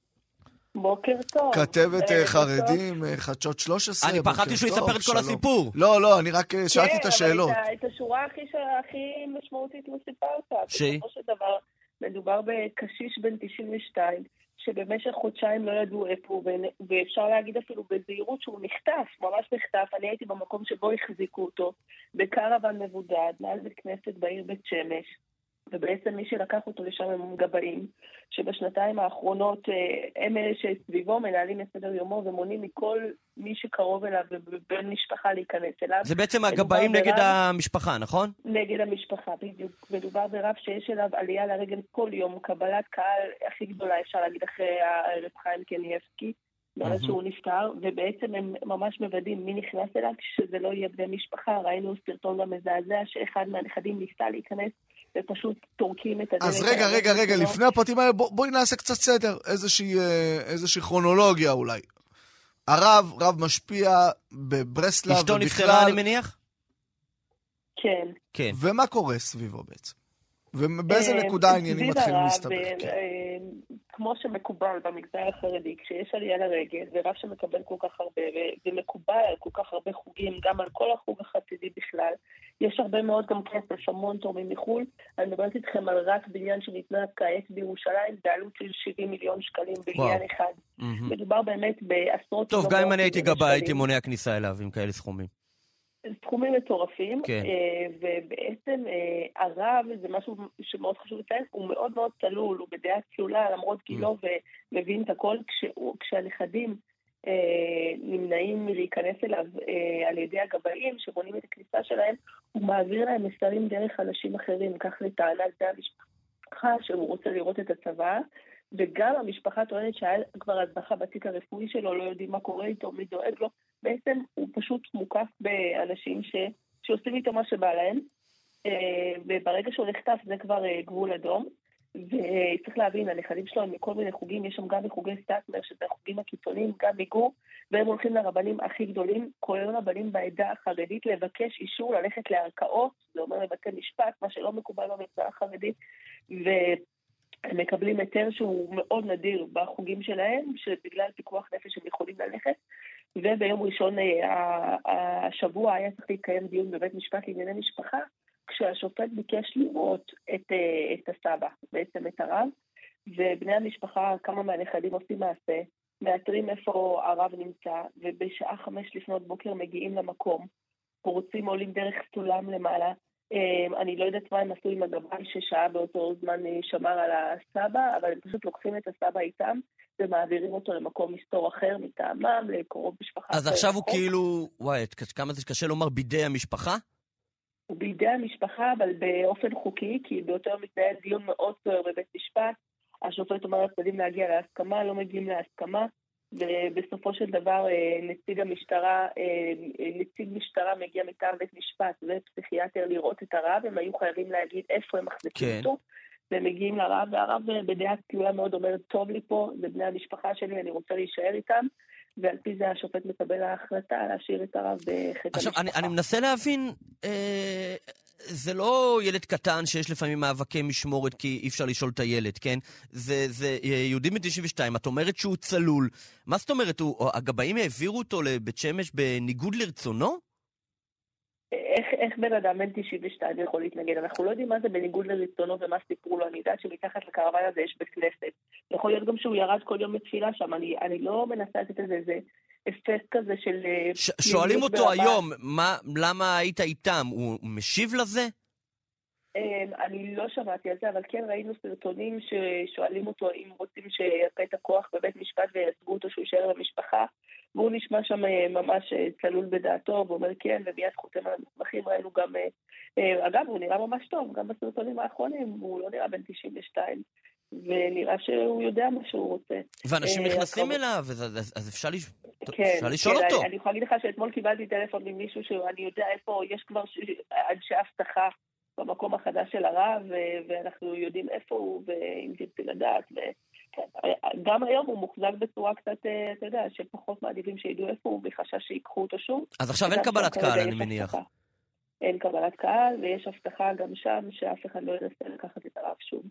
בוקר טוב. כתבת חרדים, חדשות שלוש עשרה. אני פחדתי שהוא יספר את כל הסיפור. לא, לא, אני רק שאלתי את השאלות. כן, אבל את השורה הכי משמעותית לא סיפרת. בסופו של דבר, מדובר בקשיש בן תשעים ושתיים, שבמשך חודשיים לא ידעו איפה, ואפשר להגיד אפילו בזהירות שהוא נחטף, ממש נחטף. אני הייתי במקום שבו החזיקו אותו, בקרוון מבודד, מעל בית כנסת בעיר בית שמש. ובעצם מי שלקח אותו לשם הם גבאים, שבשנתיים האחרונות הם אלה שסביבו מנהלים את סדר יומו ומונים מכל מי שקרוב אליו ובן משפחה להיכנס אליו. זה בעצם הגבאים נגד ברב, המשפחה, נכון? נגד המשפחה, בדיוק. מדובר ברב שיש אליו עלייה לרגל כל יום, קבלת קהל הכי גדולה, אפשר להגיד, אחרי הרב חיים קניאבסקי, מאז שהוא נפטר, ובעצם הם ממש מבדים מי נכנס אליו, שזה לא יהיה בני משפחה. ראינו סרטון גם מזעזע שאחד מהנכדים ניסה להיכנס, ופשוט תורקים את הדלת. אז רגע, רגע, רגע, לפני הפרטים האלה, בואי נעשה קצת סדר, איזושהי כרונולוגיה אולי. הרב, רב משפיע בברסלב ובכלל. אשתו נפטרה, אני מניח? כן. כן. ומה קורה סביבו בעצם? ובאיזה נקודה העניינים מתחילים להסתבך? כמו שמקובל במגזר החרדי, כשיש עלייה לרגל, ורב שמקבל כל כך הרבה, ומקובל על כל כך הרבה חוגים, גם על כל החוג החסידי בכלל, יש הרבה מאוד גם כסף, המון תורמים מחול. אני מדברת איתכם על רק בניין שניתנה כעת בירושלים, בעלות של שבעים מיליון שקלים בניין אחד. מדובר באמת בעשרות... טוב, גם אם אני הייתי גבה, הייתי מונע כניסה אליו עם כאלה סכומים. סכומים מטורפים, כן. ובעצם הרב, זה משהו שמאוד חשוב לציין, הוא מאוד מאוד צלול, הוא בדעה צלולה, למרות גילו, ומבין את הכל, כשהנכדים נמנעים מלהיכנס אליו על ידי הגבאים, שבונים את הכניסה שלהם, הוא מעביר להם מסרים דרך אנשים אחרים, כך לטענת זה המשפחה, שהוא רוצה לראות את הצבא, וגם המשפחה טוענת שהיה כבר הזנחה בתיק הרפואי שלו, לא יודעים מה קורה איתו, מי דואג לו, בעצם הוא פשוט מוקף באנשים ש... שעושים איתו מה שבא להם, וברגע שהוא נחטף זה כבר גבול אדום, וצריך להבין, הנכדים שלו הם מכל מיני חוגים, יש שם גם מחוגי סטטמר, שזה החוגים הקיצוניים, גם מיגור, והם הולכים לרבנים הכי גדולים, כולל רבנים בעדה החרדית, לבקש אישור ללכת לערכאות, זה אומר לבתי משפט, מה שלא מקובל במגזר החרדי, ו... הם מקבלים היתר שהוא מאוד נדיר בחוגים שלהם, שבגלל פיקוח נפש הם יכולים ללכת, וביום ראשון השבוע היה צריך להתקיים דיון בבית משפט לענייני משפחה, כשהשופט ביקש לראות את, את הסבא, בעצם את הרב, ובני המשפחה, כמה מהנכדים עושים מעשה, מאתרים איפה הרב נמצא, ובשעה חמש לפנות בוקר מגיעים למקום, פורצים עולים דרך סולם למעלה, אני לא יודעת מה הם עשו עם הגבאי ששעה באותו זמן שמר על הסבא, אבל הם פשוט לוקחים את הסבא איתם, ומעבירים אותו למקום מסתור אחר מטעמם, לקרוב משפחה. אז עכשיו הוא כאילו, וואי, כמה זה קשה לומר בידי המשפחה? הוא בידי המשפחה, אבל באופן חוקי, כי באותו יום מתנהל דיון מאוד סוער בבית משפט, השופט אומר לצדדים להגיע להסכמה, לא מגיעים להסכמה, ובסופו של דבר נציג המשטרה, נציג משטרה מגיע מטעם בית משפט ופסיכיאטר לראות את הרב, הם היו חייבים להגיד איפה הם מחזיקים כן. אותו, והם מגיעים לרב, והרב בדעה כלולה מאוד אומר, טוב לי פה, זה בני המשפחה שלי, אני רוצה להישאר איתם, ועל פי זה השופט מקבל ההחלטה להשאיר את הרב בחטא המשפחה. עכשיו, אני, אני מנסה להבין, אה, זה לא ילד קטן שיש לפעמים מאבקי משמורת כי אי אפשר לשאול את הילד, כן? זה, זה יהודי מ-תשעים ושתיים, את אומרת שהוא צלול. מה זאת אומרת, הוא, הגבאים העבירו אותו לבית שמש בניגוד לרצונו? איך, איך בן אדם בן תשעים ושתיים יכול להתנגד? אנחנו לא יודעים מה זה בניגוד לרצונו ומה סיפרו לו. אני יודעת שמתחת לקרוון הזה יש בית כנסת. יכול להיות גם שהוא ירד כל יום בתפילה שם. אני, אני לא מנסה לתת איזה, איזה אפקט כזה של... ש- שואלים אותו ברמה. היום, מה, למה היית איתם? הוא משיב לזה? אני לא שמעתי על זה, אבל כן ראינו סרטונים ששואלים אותו אם רוצים שיפה את הכוח בבית משפט ויסגו אותו שהוא יישאר למשפחה, והוא נשמע שם ממש צלול בדעתו, ואומר כן, ומיד חותם על המסמכים. ראינו גם, אגב, הוא נראה ממש טוב, גם בסרטונים האחרונים, הוא לא נראה בן תשעים ושתיים, ונראה שהוא יודע מה שהוא רוצה. ואנשים נכנסים אליו, אז אפשר לשאול אותו. אני יכולה להגיד לך שאתמול קיבלתי טלפון ממישהו שאני יודע איפה, יש כבר אנשי הבטחה במקום החדש של הרב, ואנחנו יודעים איפה הוא, ואם תרצי לדעת, גם היום הוא מוחזק בצורה קצת, אתה יודע, שפחות מעדיפים שידעו איפה הוא, בחשש שיקחו אותו שוב. אז עכשיו אין קבלת קהל, אני מניח. אין קבלת קהל, ויש הבטחה גם שם, שאף אחד לא ינסה לקחת את הרב שוב.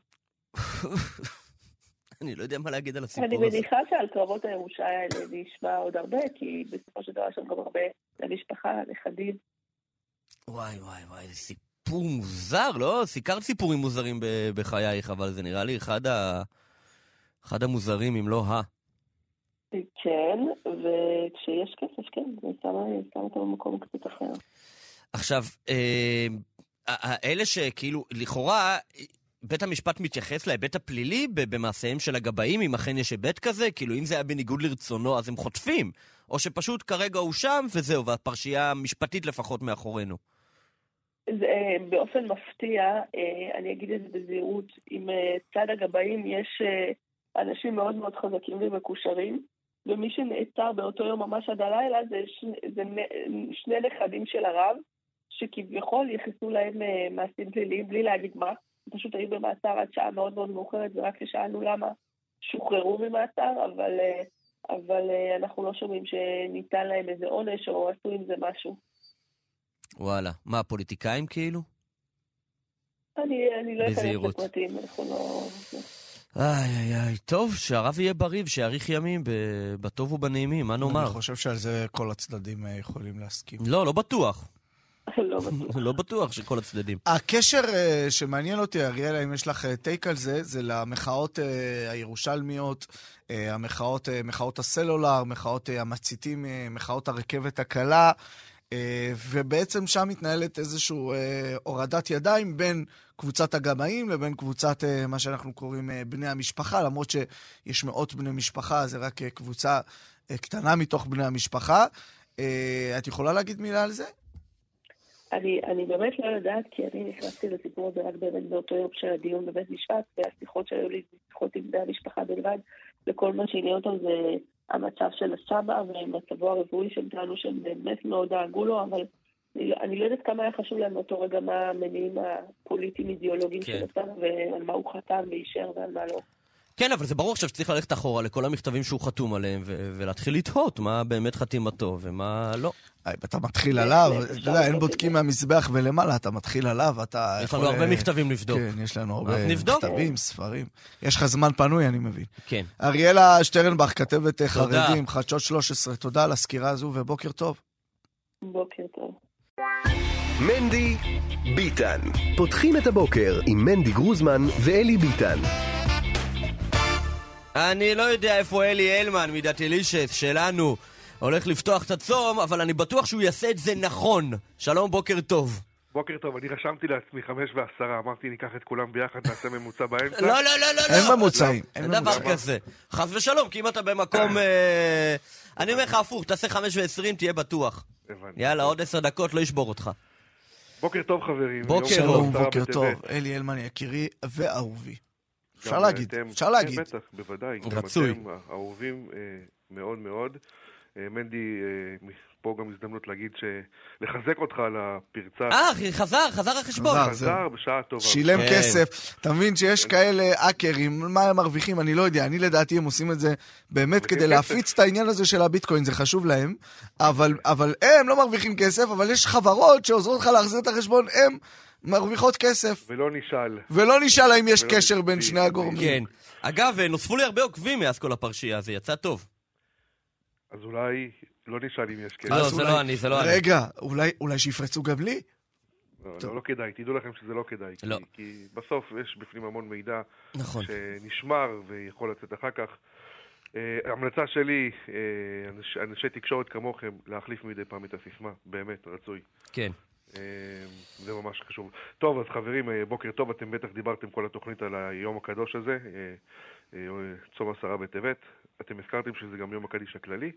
אני לא יודע מה להגיד על הסיפור הזה. אני מניחה שעל קרבות הירושה האלה נשמע עוד הרבה, כי בסופו של דבר שם גם הרבה למשפחה, לחדים. וואי, וואי, וואי, זה סיפור מוזר, לא? סיכרת סיפורים מוזרים בחייך, אבל זה נראה לי אחד ה... אחד המוזרים, אם לא ה... כן, וכשיש כסף, כן, זה שם אותו במקום קצת אחר. עכשיו, אלה שכאילו, לכאורה, בית המשפט מתייחס להיבט הפלילי במעשיהם של הגבאים, אם אכן יש היבט כזה, כאילו אם זה היה בניגוד לרצונו, אז הם חוטפים, או שפשוט כרגע הוא שם, וזהו, והפרשייה המשפטית לפחות מאחורינו. זה, באופן מפתיע, אני אגיד את זה בזהירות, עם צד הגבאים יש אנשים מאוד מאוד חזקים ומקושרים, ומי שנעצר באותו יום ממש עד הלילה זה, זה שני נכדים של הרב, שכביכול יחסו להם מעשים פליליים בלי להגיד מה, פשוט היו במעצר עד שעה מאוד מאוד מאוחרת, ורק כשאלנו למה שוחררו ממעצר, אבל, אבל אנחנו לא שומעים שניתן להם איזה עונש או עשו עם זה משהו. וואלה, מה, פוליטיקאים כאילו? אני, אני לא אכנס לפרטים, אנחנו לא... איי איי איי, טוב, שהרב יהיה בריא ושיאריך ימים בטוב ובנעימים, מה נאמר? אני חושב שעל זה כל הצדדים יכולים להסכים. לא, לא בטוח. לא בטוח. לא בטוח שכל הצדדים. הקשר שמעניין אותי, אריאל, אם יש לך טייק על זה, זה למחאות הירושלמיות, המחאות, מחאות הסלולר, מחאות המציתים, מחאות הרכבת הקלה, ובעצם שם מתנהלת איזושהי הורדת ידיים בין קבוצת הגבאים לבין קבוצת מה שאנחנו קוראים בני המשפחה, למרות שיש מאות בני משפחה, זה רק קבוצה קטנה מתוך בני המשפחה. את יכולה להגיד מילה על זה? אני, אני באמת לא יודעת, כי אני נכנסתי לסיפור הזה רק באמת באותו יום של הדיון בבית משפט, והשיחות שהיו לי, שיחות עם בני המשפחה בלבד, וכל מה שעניין אותו זה המצב של הסבא ומצבו הרפואי שהם טענו שהם באמת מאוד דאגו לו, אבל אני, אני לא יודעת כמה היה חשוב להם באותו רגע מה המניעים הפוליטיים אידיאולוגיים כן. של הסבא, ועל מה הוא חתם ואישר ועל מה לא. כן, אבל זה ברור עכשיו שצריך ללכת אחורה לכל המכתבים שהוא חתום עליהם, ו- ולהתחיל לתהות מה באמת חתימתו ומה לא. אתה מתחיל עליו, אתה יודע, אין בודקים מהמזבח ולמעלה, אתה מתחיל עליו, אתה... יש לנו הרבה מכתבים לבדוק. כן, יש לנו הרבה נבדוק. מכתבים, ספרים. יש לך זמן פנוי, אני מבין. כן. אריאלה שטרנבך, כתבת חרדים, חדשות שלוש עשרה, תודה על הסקירה הזו ובוקר טוב. בוקר טוב. מנדי ביטן. פותחים את הבוקר עם מנדי גרוזמן ואלי ביטן. אני לא יודע איפה אלי אלמן מדאטלישס שלנו הולך לפתוח את הצום, אבל אני בטוח שהוא יעשה את זה נכון. שלום, בוקר טוב. בוקר טוב, אני רשמתי לעצמי חמש ועשרה, אמרתי ניקח את כולם ביחד, נעשה ממוצע באמצע. לא, לא, לא, לא. אין ממוצעים. אין דבר כזה. חס ושלום, כי אם אתה במקום... אני אומר לך הפוך, תעשה חמש ועשרים, תהיה בטוח. יאללה, עוד עשר דקות, לא ישבור אותך. בוקר טוב חברים. בוקר שלום, בוקר טוב. אלי אלמן יקירי ואהובי. אפשר להגיד, אפשר להגיד. בטח, בוודאי. רצוי. אתם אהובים מאוד מאוד. מנדי, פה גם הזדמנות להגיד לחזק אותך על הפרצה. אה, חזר, חזר החשבון. חזר בשעה טובה. שילם כסף. אתה מבין שיש כאלה אקרים, מה הם מרוויחים? אני לא יודע. אני לדעתי הם עושים את זה באמת כדי להפיץ את העניין הזה של הביטקוין. זה חשוב להם. אבל הם לא מרוויחים כסף, אבל יש חברות שעוזרות לך להחזיר את החשבון. הם מרוויחות כסף. ולא נשאל. ולא נשאל האם יש קשר בין שני הגורמים. כן. אגב, נוספו לי הרבה עוקבים מאז כל הפרשייה, זה יצא טוב. אז אולי לא נשאל אם יש קשר. לא, זה לא אני, זה לא אני. רגע, אולי שיפרצו גם לי? לא, לא כדאי, תדעו לכם שזה לא כדאי. לא. כי בסוף יש בפנים המון מידע נכון. שנשמר ויכול לצאת אחר כך. המלצה שלי, אנשי תקשורת כמוכם, להחליף מדי פעם את הסיסמה, באמת, רצוי. כן. זה ממש חשוב. טוב, אז חברים, בוקר טוב, אתם בטח דיברתם כל התוכנית על היום הקדוש הזה, צום עשרה בטבת. אתם הזכרתם שזה גם יום הקדיש הכללי?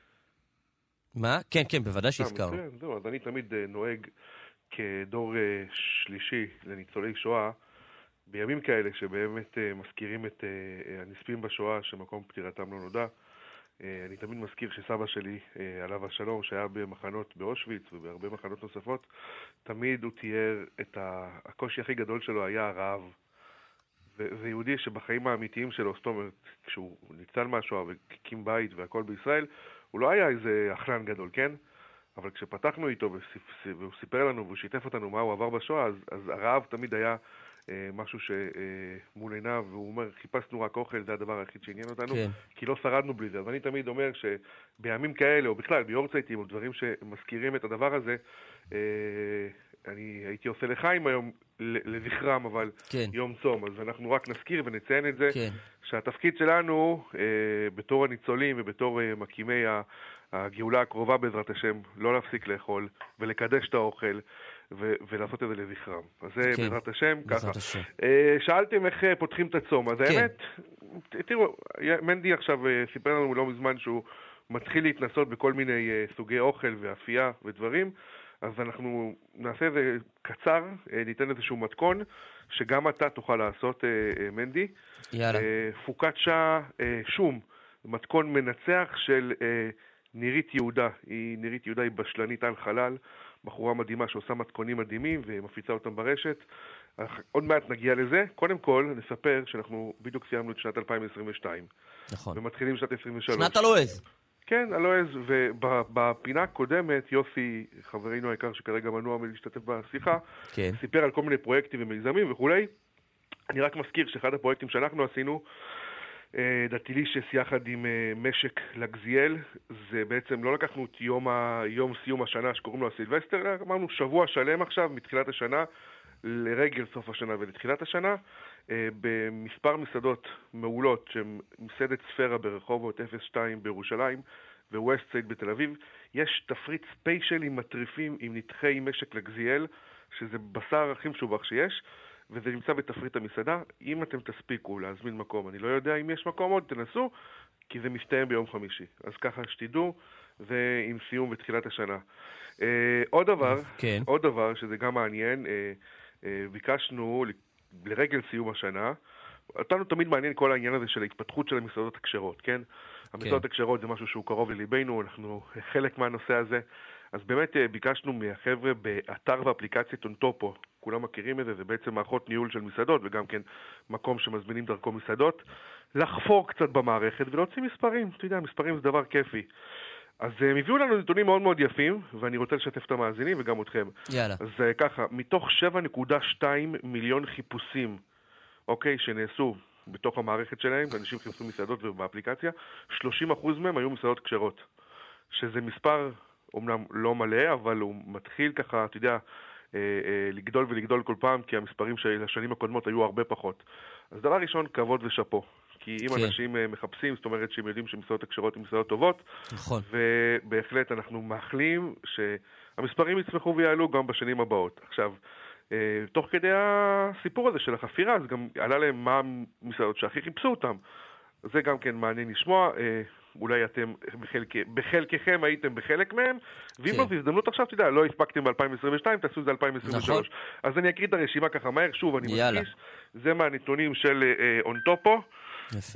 מה? כן, כן, בוודאי שהזכרנו. זהו, אז אני תמיד נוהג כדור שלישי לניצולי שואה, בימים כאלה שבאמת מזכירים את הנספים בשואה שמקום פטירתם לא נודע. אני תמיד מזכיר שסבא שלי, עליו השלום, שהיה במחנות באושוויץ ובהרבה מחנות נוספות, תמיד הוא תיאר את הקושי הכי גדול שלו היה הרעב. זה יהודי שבחיים האמיתיים שלו, זאת אומרת, כשהוא ניצל מהשואה והקים בית והכל בישראל, הוא לא היה איזה אכלן גדול, כן? אבל כשפתחנו איתו והוא סיפר לנו והוא שיתף אותנו מה הוא עבר בשואה, אז, אז הרעב תמיד היה אה, משהו שמול עיניו, והוא אומר, חיפשנו רק אוכל, זה הדבר היחיד שעניין אותנו, כן. כי לא שרדנו בלי זה. אז אני תמיד אומר שבימים כאלה, או בכלל, ביורצייטים, או דברים שמזכירים את הדבר הזה, אה, אני הייתי עושה לחיים היום לזכרם, אבל כן. יום צום, אז אנחנו רק נזכיר ונציין את זה, כן. שהתפקיד שלנו אה, בתור הניצולים ובתור אה, מקימי הגאולה הקרובה בעזרת השם, לא להפסיק לאכול ולקדש את האוכל ו- ולעשות את זה לזכרם. אז זה כן. בעזרת השם, בעזרת ככה. השם. אה, שאלתם איך פותחים את הצום, אז כן. האמת, תראו, מנדי עכשיו אה, סיפר לנו לא מזמן שהוא מתחיל להתנסות בכל מיני אה, סוגי אוכל ואפייה ודברים, אז אנחנו נעשה את זה קצר, ניתן איזשהו מתכון, שגם אתה תוכל לעשות, מנדי. יאללה. פוקצ'ה שום, מתכון מנצח של נירית יהודה. היא, נירית יהודה היא בשלנית על חלל, בחורה מדהימה שעושה מתכונים מדהימים ומפיצה אותם ברשת. עוד מעט נגיע לזה. קודם כל, נספר שאנחנו בדיוק סיימנו את שנת אלפיים עשרים ושתיים. נכון. ומתחילים שנת עשרים ושלוש. שנת הלועז. כן, הלועז, ובפינה הקודמת, יוסי, חברינו היקר שכרגע מנוע מלהשתתף בשיחה, כן. סיפר על כל מיני פרויקטים ומיזמים וכולי. אני רק מזכיר שאחד הפרויקטים שאנחנו עשינו, דאטלישס יחד עם משק לגזיאל, זה בעצם לא לקחנו את יום, ה... יום סיום השנה שקוראים לו הסילבסטר, אלא אמרנו שבוע שלם עכשיו מתחילת השנה לרגל סוף השנה ולתחילת השנה, במספר מסעדות מעולות, שהן מסעדת ספירה ברחובות אפס שתיים בירושלים וווסט סייד בתל אביב, יש תפריט ספיישל עם מטריפים עם נתחי משק לגזיאל, שזה בשר הכי משובח שיש, וזה נמצא בתפריט המסעדה. אם אתם תספיקו להזמין מקום, אני לא יודע אם יש מקום עוד, תנסו, כי זה מסתיים ביום חמישי. אז ככה שתדעו, זה עם סיום בתחילת השנה. אה, עוד דבר, כן. עוד דבר שזה גם מעניין, אה, אה, ביקשנו לרגל סיום השנה, אותנו תמיד מעניין כל העניין הזה של ההתפתחות של המסעדות הכשרות, כן? המסעדות הכשרות זה משהו שהוא קרוב לליבנו, אנחנו חלק מהנושא הזה, אז באמת ביקשנו מהחבר'ה באתר ואפליקציית אונטופו, כולם מכירים את זה, זה בעצם מערכות ניהול של מסעדות, וגם כן מקום שמזמינים דרכו מסעדות, לחפור קצת במערכת ולהוציא מספרים. אתה יודע, מספרים זה דבר כיפי. אז הם הביאו לנו נתונים מאוד מאוד יפים, ואני רוצה לשתף את המאזינים וגם אתכם. יאללה. אז ככה, מתוך שבע נקודה שתיים מיליון חיפושים, אוקיי, שנעשו בתוך המערכת שלהם, ואנשים חיפשו מסעדות ובאפליקציה, שלושים אחוז מהם היו מסעדות כשרות. שזה מספר, אומנם לא מלא, אבל הוא מתחיל ככה, אתה יודע, לגדול ולגדול כל פעם, כי המספרים של השנים הקודמות היו הרבה פחות. אז דבר ראשון, כבוד ושפו. כי אם כן. אנשים מחפשים, זאת אומרת שהם יודעים שמסעדות הכשרות הן מסעדות טובות, נכון. ובהחלט אנחנו מאחלים שהמספרים יצמחו ויעלו גם בשנים הבאות. עכשיו, תוך כדי הסיפור הזה של החפירה, אז גם עלה להם מה המסעדות שהכי חיפשו אותם. זה גם כן מעניין לשמוע, אולי אתם בחלק, בחלקכם הייתם בחלק מהם, ואם לא, זו הזדמנות עכשיו, תדע, לא הספקתם ב-אלפיים עשרים ושתיים, תעשו את זה אלפיים עשרים ושלוש. נכון. אז אני אקריא את הרשימה ככה מהר, שוב, אני מדגיש, זה מהנתונים של אונטופו, יפה.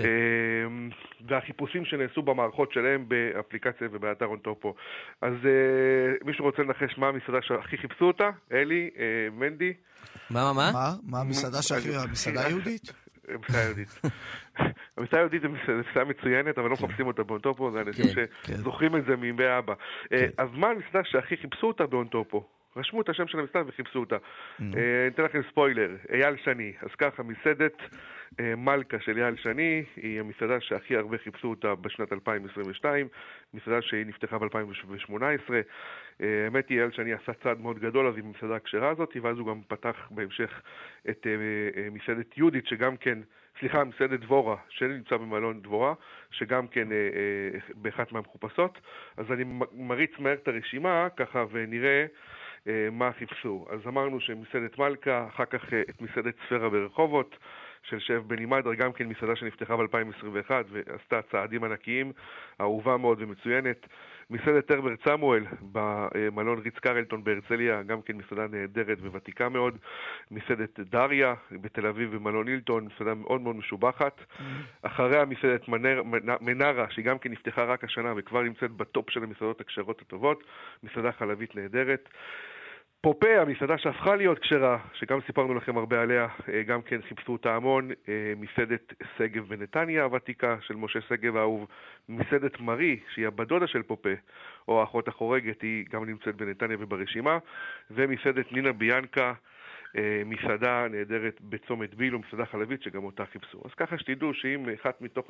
והחיפושים שנעשו במערכות שלהם באפליקציה ובאתר אונטופו. אז מישהו רוצה לנחש מה המסעדה שהכי חיפשו אותה? אלי, מנדי? מה, מה, מה? מה? מה המסעדה שהכי... המסעדה היהודית? המסעדה היהודית. המסעדה היהודית זה מסעדה מצוינת, אבל לא מחפשים אותה באונטופו, זה אנשים שזוכרים את זה מימי אבא. אז מה המסעדה שהכי חיפשו אותה באונטופו? רשמו את השם של המסעדה וחיפשו אותה. אני אתן לכם ספוילר, אייל שני. אז ככה, מסעדת מלכה של אייל שני היא המסעדה שהכי הרבה חיפשו אותה בשנת אלפיים עשרים ושתיים, מסעדה שהיא נפתחה ב-אלפיים שמונה עשרה. האמת היא, אייל שני עשה צעד מאוד גדול אז עם המסעדה הכשרה הזאת, ואז הוא גם פתח בהמשך את מסעדת יהודית, שגם כן, סליחה, מסעדת דבורה, שנמצא במלון דבורה, שגם כן באחת מהמחופשות. אז אני מריץ מהר את הרשימה, ככה ונראה מה חיפשו. אז אמרנו שמסעדת מלכה, אחר כך את מסעדת ספירה ברחובות, של שף בני מדר, גם כן מסעדה שנפתחה ב-אלפיים עשרים ואחת ועשתה צעדים ענקיים, אהובה מאוד ומצוינת. מסעדת הרברט סמואל במלון ריץ קרלטון בהרצליה, גם כן מסעדה נהדרת וותיקה מאוד. מסעדת דריה בתל אביב במלון הילטון, מסעדה מאוד מאוד משובחת. אחריה מסעדת מנר, מנרה, שהיא גם כן נפתחה רק השנה וכבר נמצאת בטופ של המסעדות הכשרות הטובות, מסעדה חלבית נהדרת. פופה, המסעדה שהפכה להיות כשרה, שגם סיפרנו לכם הרבה עליה, גם כן חיפשו אותה המון, מסעדת סגב בנתניה הוותיקה של משה סגב האהוב, מסעדת מרי, שהיא הבדודה של פופה, או האחות החורגת, היא גם נמצאת בנתניה וברשימה, ומסעדת נינה ביאנקה, מסעדה נהדרת בצומת בילו, מסעדה חלבית שגם אותה חיפשו. אז ככה שתדעו שאם אחת מתוך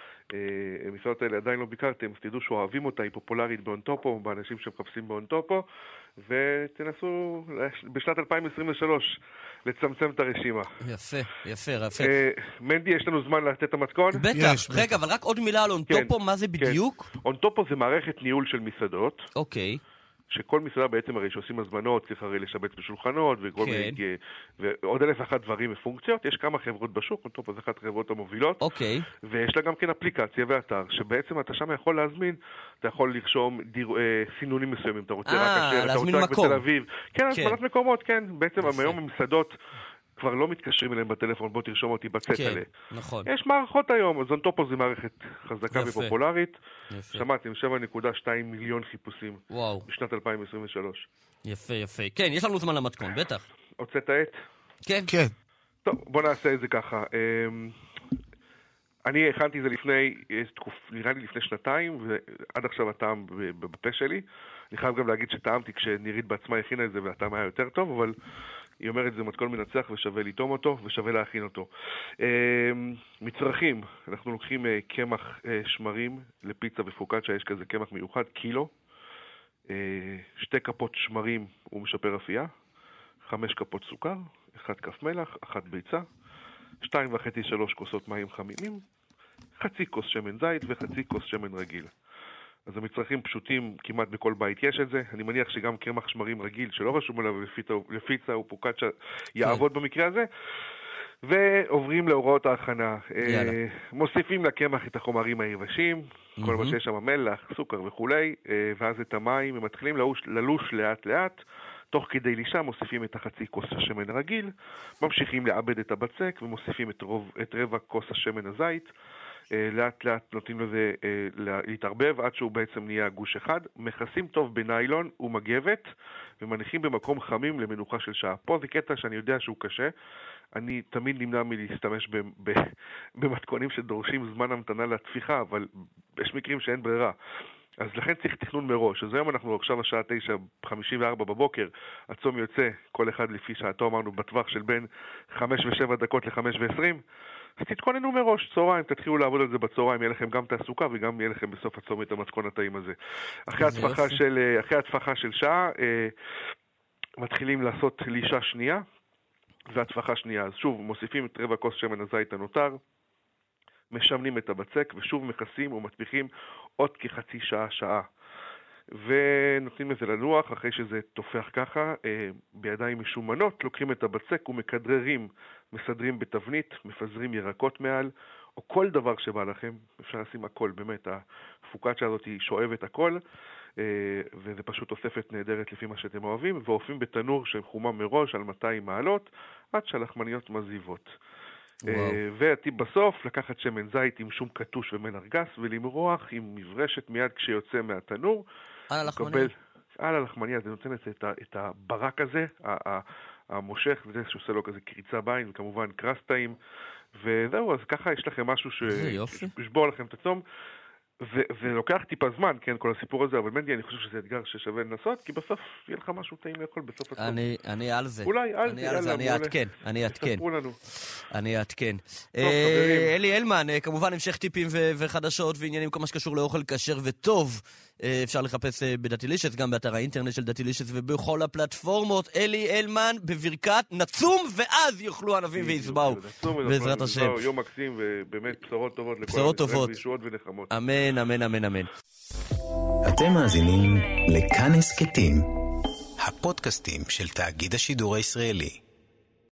המסעדות האלה עדיין לא ביקרתם, אז תדעו שאוהבים אותה, היא פופולרית באונטופו, באנשים שמחפשים באונטופו, ותנסו בשנת אלפיים עשרים ושלוש לצמצם את הרשימה. יפה, יפה, יפה. מנדי, יש לנו זמן לתת את המתכון? בטח, רגע, אבל רק עוד מילה על אונטופו, מה זה בדיוק? אונטופו זה מערכת ניהול של מסעדות. אוקיי. שכל מסעדה בעצם הרי שעושים הזמנות, צריך הרי לשבץ בשולחנות, וכל מיני, ועוד אלף אחת דברים ופונקציות. יש כמה חברות בשוק, אונטופו זה אחת החברות המובילות. אוקיי. ויש לה גם כן אפליקציה ואתר, שבעצם אתה שם יכול להזמין, אתה יכול לרשום סינונים מסוימים, אתה רוצה רק אשר, אתה רוצה רק בתל אביב. כן, הזמנת מקומות, כן. בעצם היום המסעדות כבר לא מתקשרים אליהם בטלפון, בוא תרשום אותי בצאת עליה. נכון. יש מערכות היום, אז אונטופו זה מערכת חזקה ופופולרית. שמעתם, שבע נקודה שתיים מיליון חיפושים בשנת אלפיים עשרים ושלוש. יפה, יפה. כן, יש לנו זמן למתכון, בטח. הוצאת העט? כן. כן. טוב, בוא נעשה את זה ככה. אני הכנתי את זה לפני, נראה לי לפני שנתיים, ועד עכשיו הטעם בפה שלי. אני חייב גם להגיד שטעמתי כשנירית בעצמה הכינה את זה, והטעם היה יותר טוב, אבל היא אומרת, זה מתכון מנצח ושווה לטעום אותו ושווה להכין אותו. מצרכים, אנחנו לוקחים קמח שמרים לפיצה ופוקאצ'ה, יש כזה קמח מיוחד, קילו. שתי כפות שמרים ומשפר אפייה, חמש כפות סוכר, אחד כף מלח, אחת ביצה, שתיים וחצי שלוש כוסות מים חמימים, חצי כוס שמן זית וחצי כוס שמן רגיל. אז המצרכים פשוטים, כמעט בכל בית יש את זה. אני מניח שגם קמח שמרים רגיל, שלא רשום עליו לפיצה או פוקאצ'ה, יעבוד במקרה הזה. ועוברים להוראות ההכנה. מוסיפים לקמח את החומרים היבשים, כל מה שיש שם מלח, סוכר וכולי, ואז את המים, ומתחילים ללוש לאט לאט. תוך כדי לישה מוסיפים את החצי כוס השמן הרגיל, ממשיכים לעבד את הבצק ומוסיפים את, רוב, את רבע כוס השמן הזית. לאט לאט נותנים לזה להתערבב עד שהוא בעצם נהיה גוש אחד. מכסים טוב בניילון ומגבת ומניחים במקום חמים למנוחה של שעה. פה זה קטע שאני יודע שהוא קשה. אני תמיד נמנע מלהשתמש במתכונים שדורשים זמן המתנה לתפיחה, אבל יש מקרים שאין ברירה. אז לכן צריך תכנון מראש. אז היום אנחנו עכשיו השעה תשע חמישים וארבע בבוקר, הצום יוצא כל אחד לפי שעתו, אמרנו בטווח של בין חמש ושבע דקות ל-חמש ועשרים, אז תתכוננו מראש, צהריים, תתחילו לעבוד על זה בצהריים, יהיה לכם גם תעסוקה וגם יהיה לכם בסוף הצום את המתכון הטעים הזה. אחרי התפחה של, אחרי התפחה של שעה, מתחילים לעשות לישה שנייה, והתפחה שנייה. אז שוב, מוסיפים את רבע כוס שמן הזית הנותר, משמנים את הבצק ושוב מכסים ומטפיחים עוד כחצי שעה, שעה. ונותנים לזה לנוח, אחרי שזה תופח ככה, בידיים משומנות, לוקחים את הבצק ומכדררים, מסדרים בתבנית, מפזרים ירקות מעל, או כל דבר שבא לכם, אפשר לשים הכל, באמת, הפוקצ'ה הזאת היא שואבת הכל, וזה פשוט תוספת נהדרת לפי מה שאתם אוהבים, ואופים בתנור שחומם מראש על מאתיים מעלות, עד שהלחמניות מזיבות. והטיפ בסוף, לקחת שמן זית עם שום קטוש ומלח גס, ולמרוח עם מברשת מיד כשיוצא מהתנור. על הלחמניה. על הלחמניה, זה נותן את, את הברק הזה, המושך, וזה שעושה לו כזה קריצה בעין, וכמובן קרסטאים, וזהו, אז ככה יש לכם משהו שישבור לכם את הצום. זה לוקח טיפה זמן, כן, כל הסיפור הזה, אבל מנדי, אני חושב שזה אתגר ששווה לנסות, כי בסוף יהיה לך משהו טעים לאכול בסוף הצום. אני על זה. אולי, על זה, אני אעדכן, אני אעדכן. תספרו לנו. אני אעדכן. אלי אלמן, כמובן המשך טיפים וחדשות ועניינים, כל מה שקשור לאוכל כשר וטוב, אפשר לחפש בדאטילישס, גם באתר האינטרנט של דאטילישס ובכל הפלטפורמות. אלי אלמן בברכת נצום, ואז יאכלו ענבים ויסבעו. בעזרת השם. יום מקסים ובאמת בשורות טובות לכל בשורות טובות. וישועות ונחמות. אמן, אמן, אמן, אמן. אתם מאזינים לכאן הסכתים, הפודקאסטים של תאגיד השידור הישראלי.